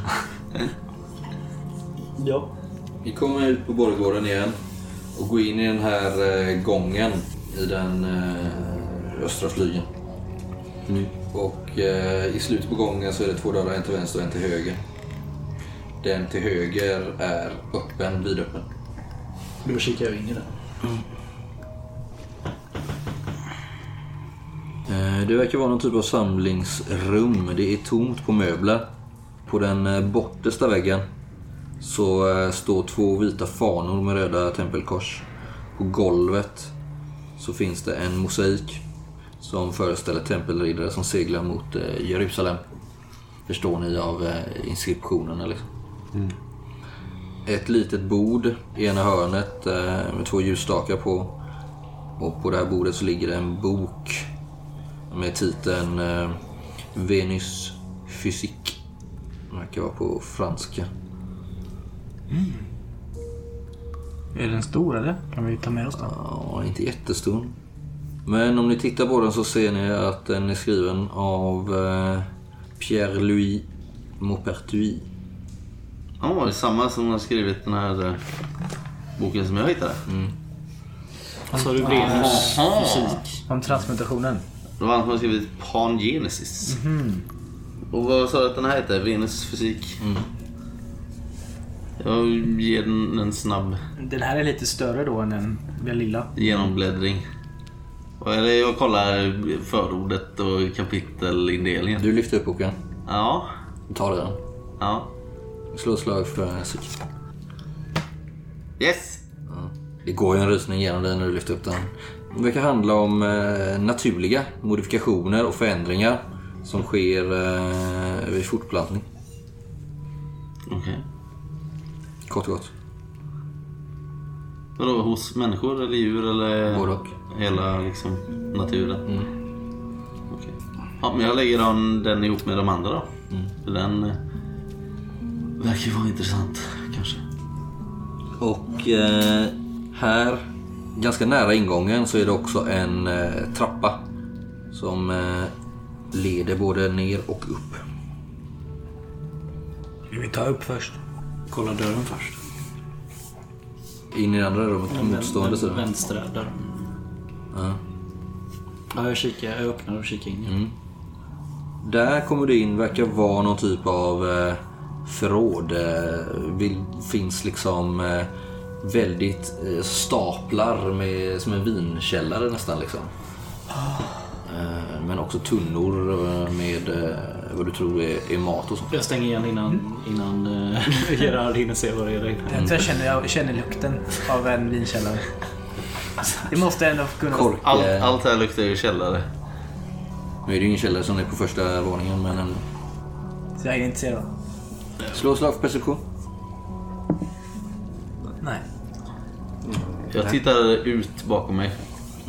Ja. Vi kommer ut på borggården igen och går in i den här gången i den östra flygen. Och i slutet på gången så är det 2 dörrar, en till vänster och en till höger. Den till höger är öppen, vidöppen. Då kikar jag in i den. Det verkar vara någon typ av samlingsrum. Det är tomt på möbler. På den bortersta väggen så står 2 vita fanor med röda tempelkors. På golvet så finns det en mosaik som föreställer tempelriddare som seglar mot Jerusalem. Förstår ni av inskriptionerna liksom. Ett litet bord i ena hörnet med 2 ljusstakar på. Och på det här bordet så ligger det en bok med titeln Venus Physique. Det verkar vara på franska. Är den stor eller? Kan vi ta med oss den? Ja, inte jättestor. Men om ni tittar på den så ser ni att den är skriven av Pierre-Louis Maupertuis. Ja, det är samma som har skrivit den här boken som jag hittade. Så har du Venus fysik. Om transmutationen. Det var han som har skrivit Pangenesis. Och vad sa du att den här heter? Venus fysik. Jag ger den en snabb Den här är lite större då än den lilla. genombläddring. Eller jag kollar förordet och kapitelindelningen. Du lyfter upp boken. Ja. Ta den. Ja. Slå ett slag för musik. Yes! Det går ju en rysning genom den när du lyfter upp den. Det verkar handla om naturliga modifikationer och förändringar som sker vid fortplantning. Okej. Kort och gott. Vadå, hos människor eller djur eller Både och. hela liksom naturen? Okej. Ja, men jag lägger den ihop med de andra då. För den verkar vara intressant kanske. Och här, ganska nära ingången, så är det också en trappa som leder både ner och upp. Vi tar upp först. Kolla dörren först. In i det andra rummet på motstående sidan. Vänstra dörren. Ja, jag öppnar och kikar in. Där kommer det in, verkar vara någon typ av förråd. Finns liksom väldigt staplar med, som en vinkällare nästan liksom. Men också tunnor med vad du tror är mat och sånt. Jag stänger igen innan Gerard hinner se vad det är där inne. Jag känner lukten av en vinkällare. Det måste ändå kunna... Allt här luktar ju källare. Nu är det ju ingen källare som är på första våningen, men en... Så jag är inte ser då. Slå slag för perception. Nej. Jag tittar ut bakom mig.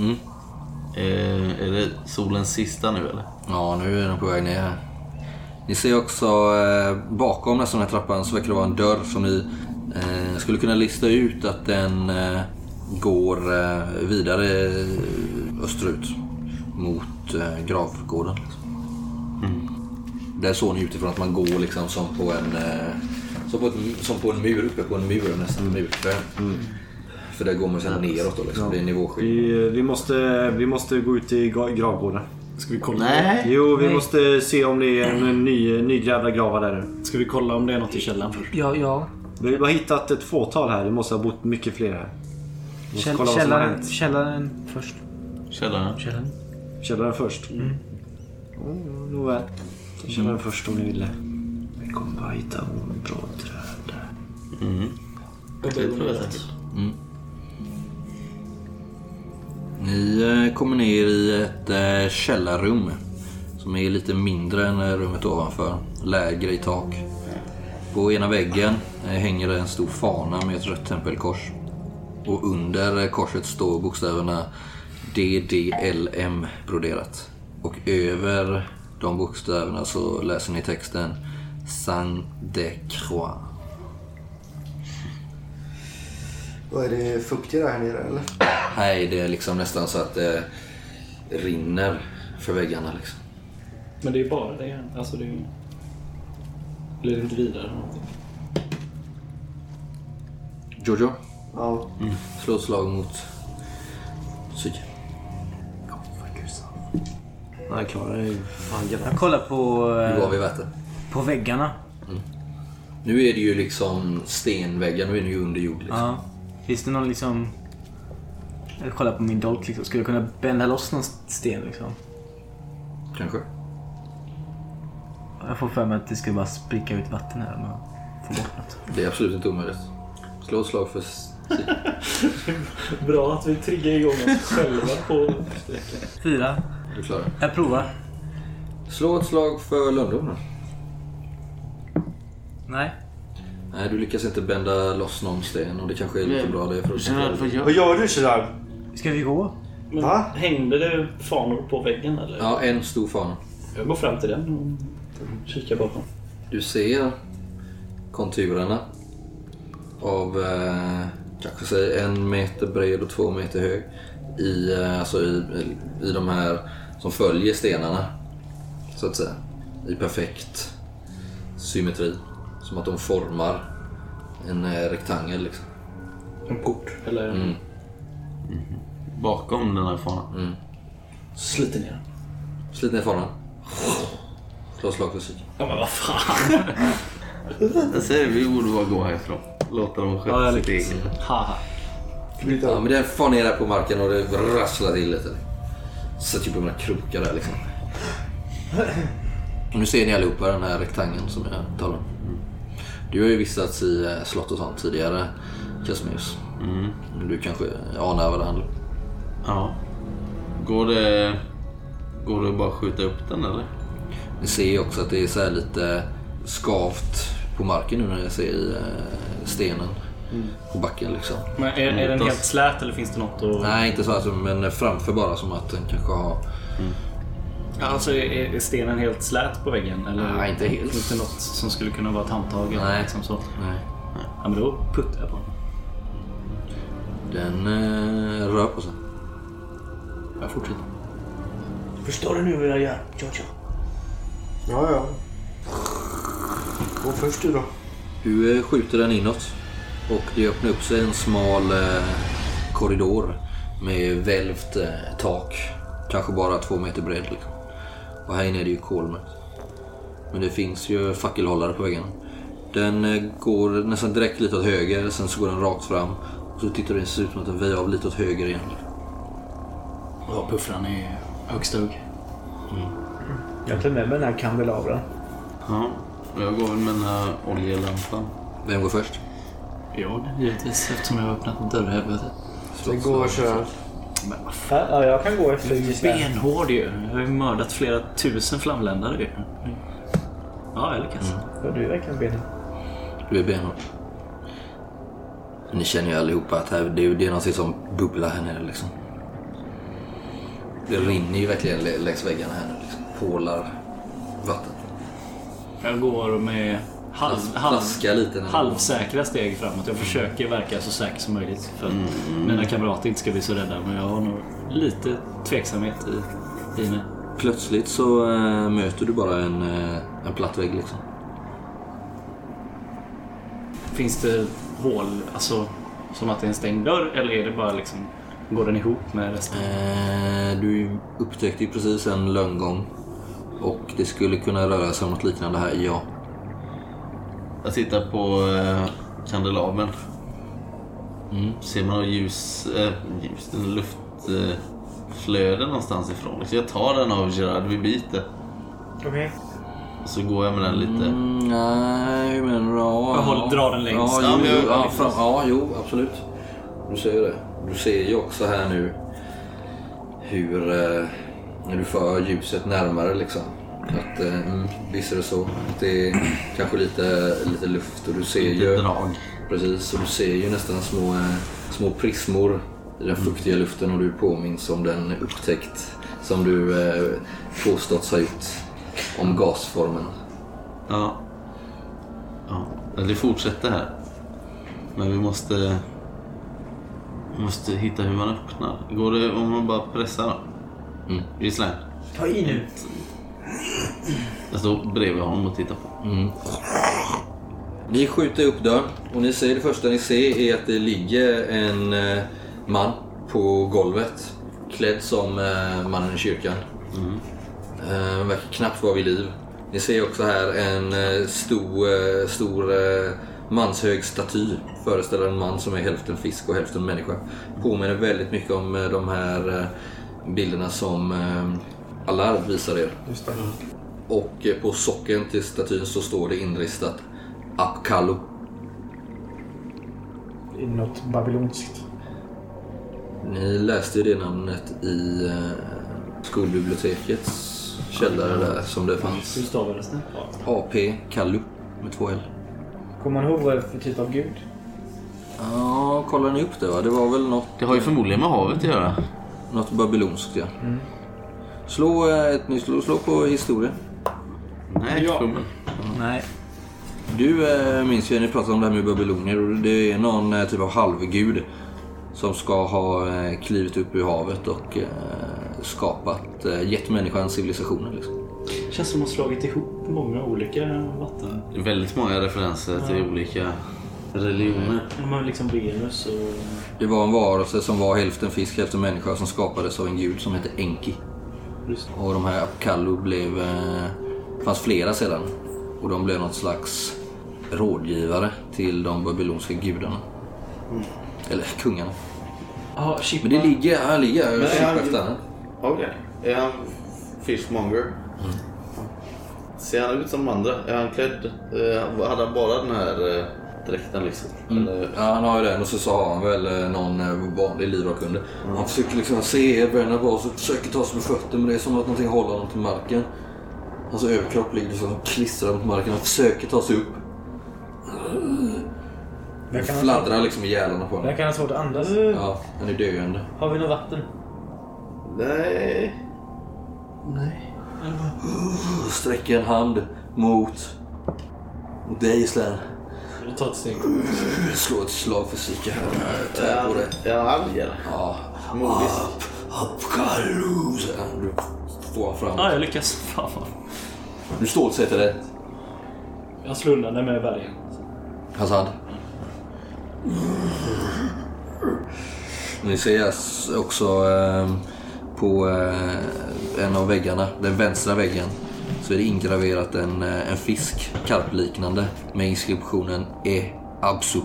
Är det solens sista nu eller? Ja, nu är den på väg ner här. Ni ser också bakom nästan den här trappan så verkar det vara en dörr som ni skulle kunna lista ut att den går vidare österut mot gravgården. Där såg ni utifrån att man går liksom som på en mur, uppe på en mur nästan en murkväll. För där går man sedan neråt då liksom. Ja. Det är nivåskillnad. Vi måste gå ut i gravgården. Ska vi kolla? Nej. Jo, vi måste se om det är en nygrävda gravar där. Ska vi kolla om det är något i källaren först? Ja. Vi har hittat ett fåtal här. Det måste ha bott mycket fler här. Källaren först. Källaren först? Nåväl. Källaren först om ni ville. Vi kommer bara hitta en bra träd där. Ni kommer ner i ett källarrum som är lite mindre än rummet ovanför, lägre i tak. På ena väggen hänger en stor fana med ett rött tempelkors. Och under korset står bokstäverna DDLM broderat. Och över de bokstäverna så läser ni texten Saint de Croix. Vad är det fuktigt här nere eller? Nej, det är liksom nästan så att det rinner för väggarna liksom. Men det är bara det. Alltså det är ju... Eller inte vidare någonting. Jojo? Ja. Slå ett slag mot syd. Nej, jag klarar det. Jag kollar på... Nu var vi vatten. På väggarna. Nu är det ju liksom stenväggar, nu är det ju under jord liksom. Ja. Finns det någon liksom... Jag kollar på min dolk liksom. Skulle jag kunna bända loss någon sten liksom? Kanske. Jag får för mig att det ska bara spricka ut vatten här om jag får bort något. Det är absolut inte omöjligt. Slå ett slag för... Bra att vi triggar igång oss själva på sträckan. 4. Du klarar. Jag provar. Slå ett slag för lönndom. Nej. Nej, du lyckas inte bända loss någon sten och det kanske är lite bra det för att... Vad gör du sådär? Ska vi gå? Men hängde det fanor på väggen eller? Ja, en stor fana. Jag går fram till den och kikar bakom. Du ser konturerna av kanske säg 1 meter bred och 2 meter hög i de här som följer stenarna så att säga i perfekt symmetri, som att de formar en rektangel liksom. En port eller Bakom den här fanan. Sliter ner den. Slit ner fanan. Slå slag för psyk. Ja men vad fan. Jag säger vi borde bara gå härifrån. Låta dem sköta sitt egen. Haha. Ja, men den far ner där på marken och det rasslar till lite. Så typ med krokar där liksom. Och nu ser ni allihopa den här rektangeln som jag talar om. Du har ju vistats i slott och sånt tidigare, Casimir. Du kanske anar vad det handlar om. Ja. Går det att bara skjuta upp den eller? Ni ser ju också att det är så här lite skavt på marken nu när jag ser i stenen på backen liksom. Men är den helt slät eller finns det något att... Nej, inte så alltså, men framför bara som att den kanske har... Alltså är stenen helt slät på väggen? Eller nej, inte helt. Finns det något som skulle kunna vara ett handtag? Nej. Eller liksom så? Nej. Ja, men då puttar jag på den. Den rör på sig. Jag fortsätter. Förstår du nu vad jag gör, Jojo? Ja. Gå först du då. Du skjuter den inåt och det öppnar upp sig en smal korridor med välvt tak. Kanske bara 2 meter bred liksom. Och här inne är det ju kolmörkt. Men det finns ju fackelhållare på väggen. Den går nästan direkt lite åt höger, sen så går den rakt fram. Och så tittar det ut som att den väjer av lite åt höger igen. Ja, puffran är högst hugg. Jag tar med mig den här kandelabran. Ja, jag går med den här oljelampan. Vem går först? Jag, givetvis, eftersom jag har öppnat dörrhelvetet. Så det går så här. Men vad fan? Ja, jag kan gå efter Gisela. Benhård ju. Jag har ju mördat flera tusen flamländare ju. Ja, jag lyckas. Ja, du är verkligen benhård. Du är benhård. Ni känner ju allihopa att det är någonting som bubblar här nere liksom. Det rinner ju verkligen längs väggarna här nu liksom. Pålar vatten. Jag går med halvsäkra steg framåt. Jag försöker verka så säker som möjligt för att mina kamrater inte ska bli så rädda. Men jag har nog lite tveksamhet i mig. Plötsligt så möter du bara en platt vägg liksom. Finns det hål, alltså som att det är en stängd dörr, eller är det bara liksom, går den ihop med resten? Du upptäckte ju precis en lönngång och det skulle kunna röra sig om något liknande här, ja. Jag tittar på kandelabern. Ser man något ljus, en luftflöde någonstans ifrån. Så jag tar den av Gerard vid biten. Okej. Så går jag med den lite. Nej, men Jag drar den längst. Jo, absolut. Du ser det. Du ser ju också här nu hur när du för ljuset närmare liksom. Att visst är det så. Att det är kanske lite luft och du ser lite ju drag. Precis, och du ser ju nästan små prismor i den fuktiga luften och du påminns om den upptäckt som du påstått ha gjort om gasformen. Ja. Det fortsätter här. Men vi måste hitta hur man öppnar. Går det om man bara pressar då? Gislaine. Ta i nu. Jag står bredvid honom och tittar på. Ni skjuter upp dörren och ni ser, det första ni ser är att det ligger en man på golvet klädd som mannen i kyrkan. Verkar knappt vara vid liv. Ni ser också här en stor manshög staty föreställer en man som är hälften fisk och hälften människa. Påminner väldigt mycket om de här bilderna som Allard visar er. Just det. Och på socken till statyn så står det inristat Apkallu. I något babylonskt. Ni läste ju det namnet i skolbibliotekets källare där som det fanns. Hur stavades det? AP Kallu med 2 L. Kommer man ihåg vad det är för typ av gud? Ja, kollar ni upp det va? Det var väl något... Det har ju förmodligen med havet att göra. Något babylonskt, ja. Slå på historia. Nej, ja. Nej. Du minns ju när ni pratade om det här med babylonier och det är någon typ av halvgud som ska ha klivit upp ur havet och gett människan civilisationen liksom. Känns som att man slagit ihop många olika vatten. Väldigt många referenser till olika religioner. Man liksom Venus och... Det var en varelse som var hälften fisk, hälften människa som skapades av en gud som hette Enki. Och de här Apkallu blev... fanns flera sedan. Och de blev något slags rådgivare till de babylonska gudarna. Eller kungarna. Ja, men det ligger efter henne. Okej. Är han fishmonger? Ser han ut som de andra? Är han klädd? Hade han bara den här dräkten liksom? Eller? Ja, han har ju den och så har han väl någon vanlig livvaktkunde. Han försöker liksom se överna på så försöker ta sig med fötter, men det är som att någonting håller honom till marken. Hans överkropp ligger liksom klistrad mot marken och försöker ta sig upp. Fladdrar liksom i gälarna på honom. Där kan han svårt att andas. Ja, han är döende. Har vi något vatten? Nej. Sträcker en hand mot dig Gislaine. Ta ett steg. Slå ett slag för psyke här. Tär på det. Är han arg eller? Ja. Modigt. Apkallu, säger han. Du får fram. Ja, jag lyckas. Fan. Du stålsätter det. Jag slår undan det med bergen. Hans hand. Ni ser också på en av väggarna, den vänstra väggen, så är det ingraverat en fisk, karpliknande, med inskriptionen E Absu.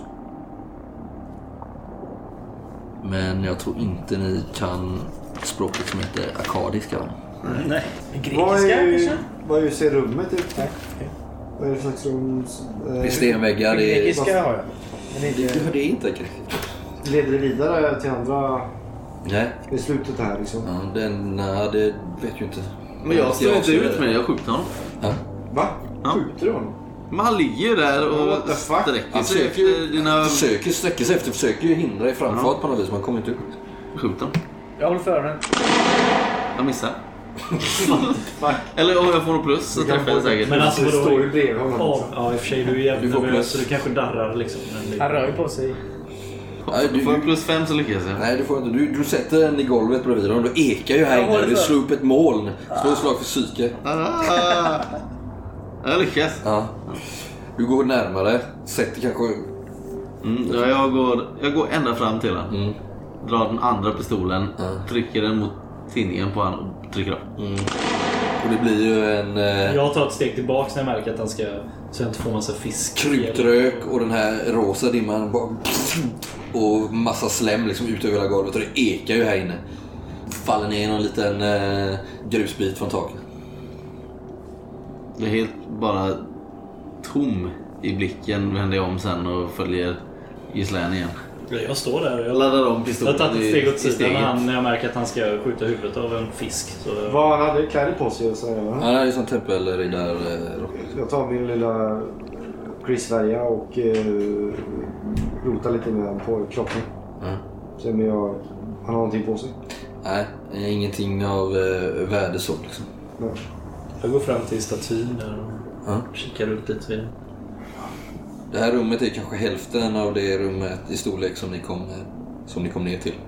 Men jag tror inte ni kan språket som heter akadiska. Nej. Grekiska Vad ser rummet ut? Vad är det för slags rum? Det är stenväggar. Grekiska har jag. Det är inte grekiska. Leder det vidare till andra... Nej. Det är slutet här liksom. Ja, det vet ju inte. Men jag står inte ut med det. Jag skjuter honom. Ja. Va? Ja. Skjuter du honom? Men han ligger där och sträcker sig efter dina... Sträcker sig efter, försöker ju hindra i framfart på något vis. Man kommer inte ut. Skjut honom. Jag håller för den. Jag missar. Eller om jag får något plus så träffar jag säkert. Men alltså det står ju bredvid honom. Ja, i och för sig, du är jävligt nervös så du kanske darrar liksom. Han rör ju på sig. Nej, du får en +5 så lyckas jag. Nej, du får inte. Du sätter den i golvet bredvid honom. Du ekar ju här inne. Du slår upp ett moln. Slå slag för psyke. Jag lyckas. Ja. Du går närmare. Sätter kanske... Ja, jag går ända fram till honom. Drar den andra pistolen. Trycker den mot tinningen på honom och trycker upp. Och det blir ju en... Jag tar ett steg tillbaka när jag märker att han ska... Så jag inte får massa fisk. Krutrök och den här rosa dimman bara... Och massa slem liksom ut över hela golvet. Och det ekar ju här inne. Faller ner någon liten grusbit från taket. Det är helt bara tom i blicken. Vänder jag om sen och följer gisslän igen. Jag står där och Jag laddar om pistolen. Jag har tagit ett steg åt sidan när jag märker att han ska skjuta huvudet av en fisk. Så... Vad han hade kläder på sig och så. Ja, det är ju sån tempelriddar. Jag tar min lilla Chris-värja och rotar lite med den på kroppen. Se om han har någonting på sig. Nej, ingenting av värde så liksom. Nej. Jag går fram till statyn där och kikar ut lite vid den. Det här rummet är kanske hälften av det rummet i storlek som ni kom ner till.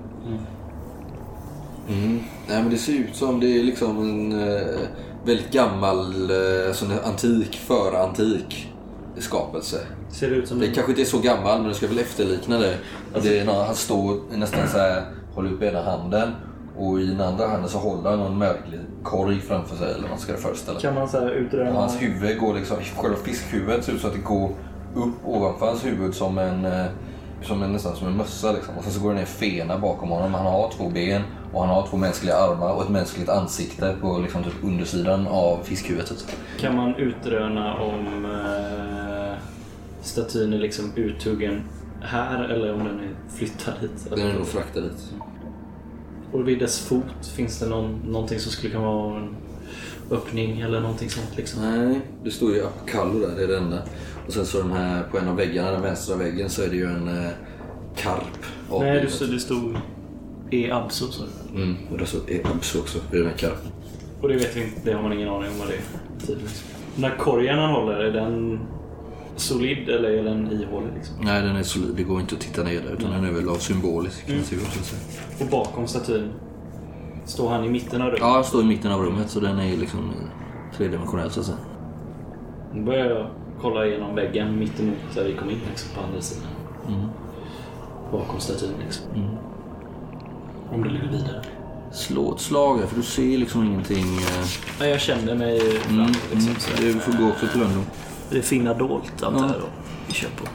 Nej, men det ser ut som det är liksom en väldigt gammal sån antik förantik skapelse. Ser det ut som det kanske inte är så gammal, men det ska väl efterlikna det. Alltså, det är han står nästan så här, håller upp ena handen och i den andra handen så håller han någon märklig korg framför sig eller vad ska det föreställa. Kan man så här utröna? Hans huvud går liksom, själva fiskhuvudet ser ut så att det går upp ovanför hans huvud som nästan som en mössa liksom. Och sen så går det ner fena bakom honom. Han har 2 ben och han har 2 mänskliga armar och ett mänskligt ansikte på liksom typ undersidan av fiskhuvudet. Kan man utröna om statyn är liksom uthuggen här eller om den är flyttad hit? Den är nog fraktad hit. Och vid dess fot finns det någonting som skulle kunna vara en öppning eller någonting sånt liksom? Nej, det står ju Apkallo där, det är det enda. Och sen så den här på en av väggarna, den vänstra väggen, så är det ju en karp. Nej, det stod Abso så. Och det stod Abso också, det är den här karpen. Och det vet vi inte, det har man ingen aning om vad det är tydligen. Den här korgen han håller, är den solid eller är den ihålig liksom? Nej, den är solid, det går inte att titta ner där utan den är väl av symbolisk. Kan man se vad jag säga. Och bakom statyn står han i mitten av rummet? Ja, han står i mitten av rummet så den är liksom tredimensionell så att säga. Nu börjar jag kolla igenom väggen mittemot där vi kom in liksom, på andra sidan. Bakom statyn liksom. Om det ligger vidare. Slå ett slag här, för du ser liksom ingenting. Nej, jag kände mig fram liksom. Du får gå också till London. Det är fina dolt allt det här då. Vi kör på.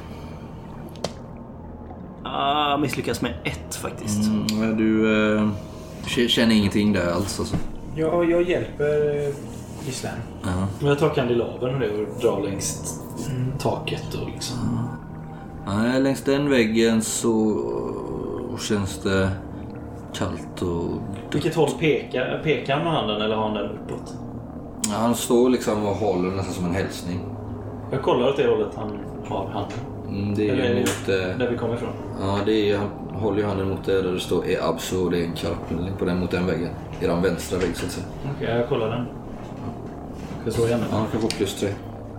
Misslyckas med 1 faktiskt. Du känner ingenting där alls alltså. Jag hjälper gisslan. Men jag tar kandelabern och det och drar längs taket och liksom. Nej, längs den väggen så känns det kallt och... Vilket håll pekar han med handen eller har han den uppåt? Ja, han står liksom och håller nästan som en hälsning. Jag kollar åt det hållet han har handen. Det är eller mot, där vi kommer ifrån. Ja, han håller ju handen mot det där det står Abso och det är en karp på den mot den väggen. I den vänstra väggen så att säga. Okej, jag kollar den. Ska jag slå igen? Ja, jag kan få +3.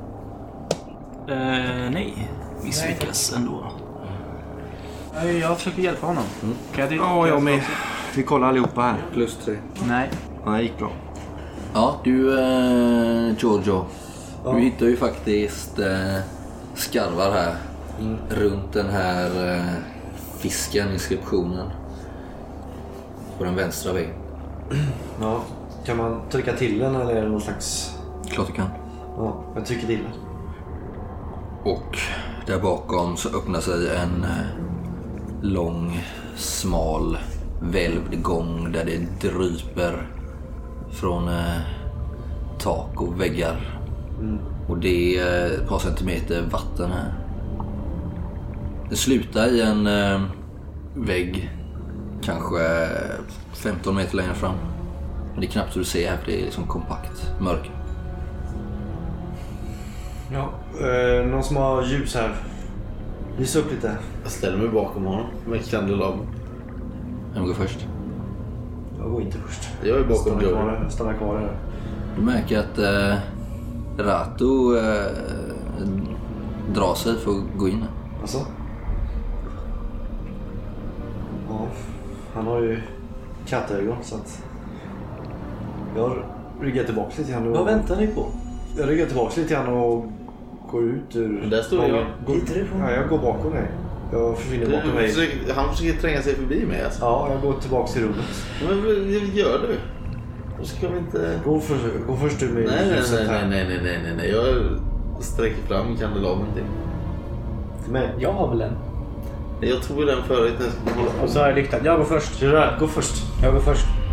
Nej, misslyckas ändå. Jag försöker hjälpa honom. Ja, jag med. Vi kollar allihopa här. +3. Nej. Ja, det gick bra. Ja, du Giorgio. Du hittar ju faktiskt skarvar här runt den här fisken, inskriptionen på den vänstra väggen. Ja, kan man trycka till den eller är det någon slags... Klart du kan. Ja, jag trycker till den. Och där bakom så öppnar sig en lång, smal, välvd gång där det dryper från tak och väggar. Och det är ett par centimeter vatten här. Det slutar i en vägg kanske 15 meter längre fram. Men det är knappt så du ser här, för det är liksom kompakt mörk. Ja, någon som har ljus här. Lysa upp lite. Jag ställer mig bakom honom med kandelaben. Vem går först? Jag går inte först. Jag är bakom dörren. Stanna kvar där. Du märker att Rato drar sig för att gå in. Alltså? Ja, han har ju kattögon så att... Jag ryggar tillbaka lite grann och... Vad väntar ni på? Jag ryggar tillbaka lite grann och går ut ur... Men där står jag. Ja, jag går bakom dig. Jag försvinner bakom dig. Han försöker tränga sig förbi mig alltså. Ja, jag går tillbaka till rummet. Men vad gör du? Då ska vi inte... Gå först du med ljuset här. Nej. Jag sträcker fram kandelaben till. Men Jag har väl en. Jag tog den förut. Och så har jag lyktat. Jag går först. Gå först. Jag går först.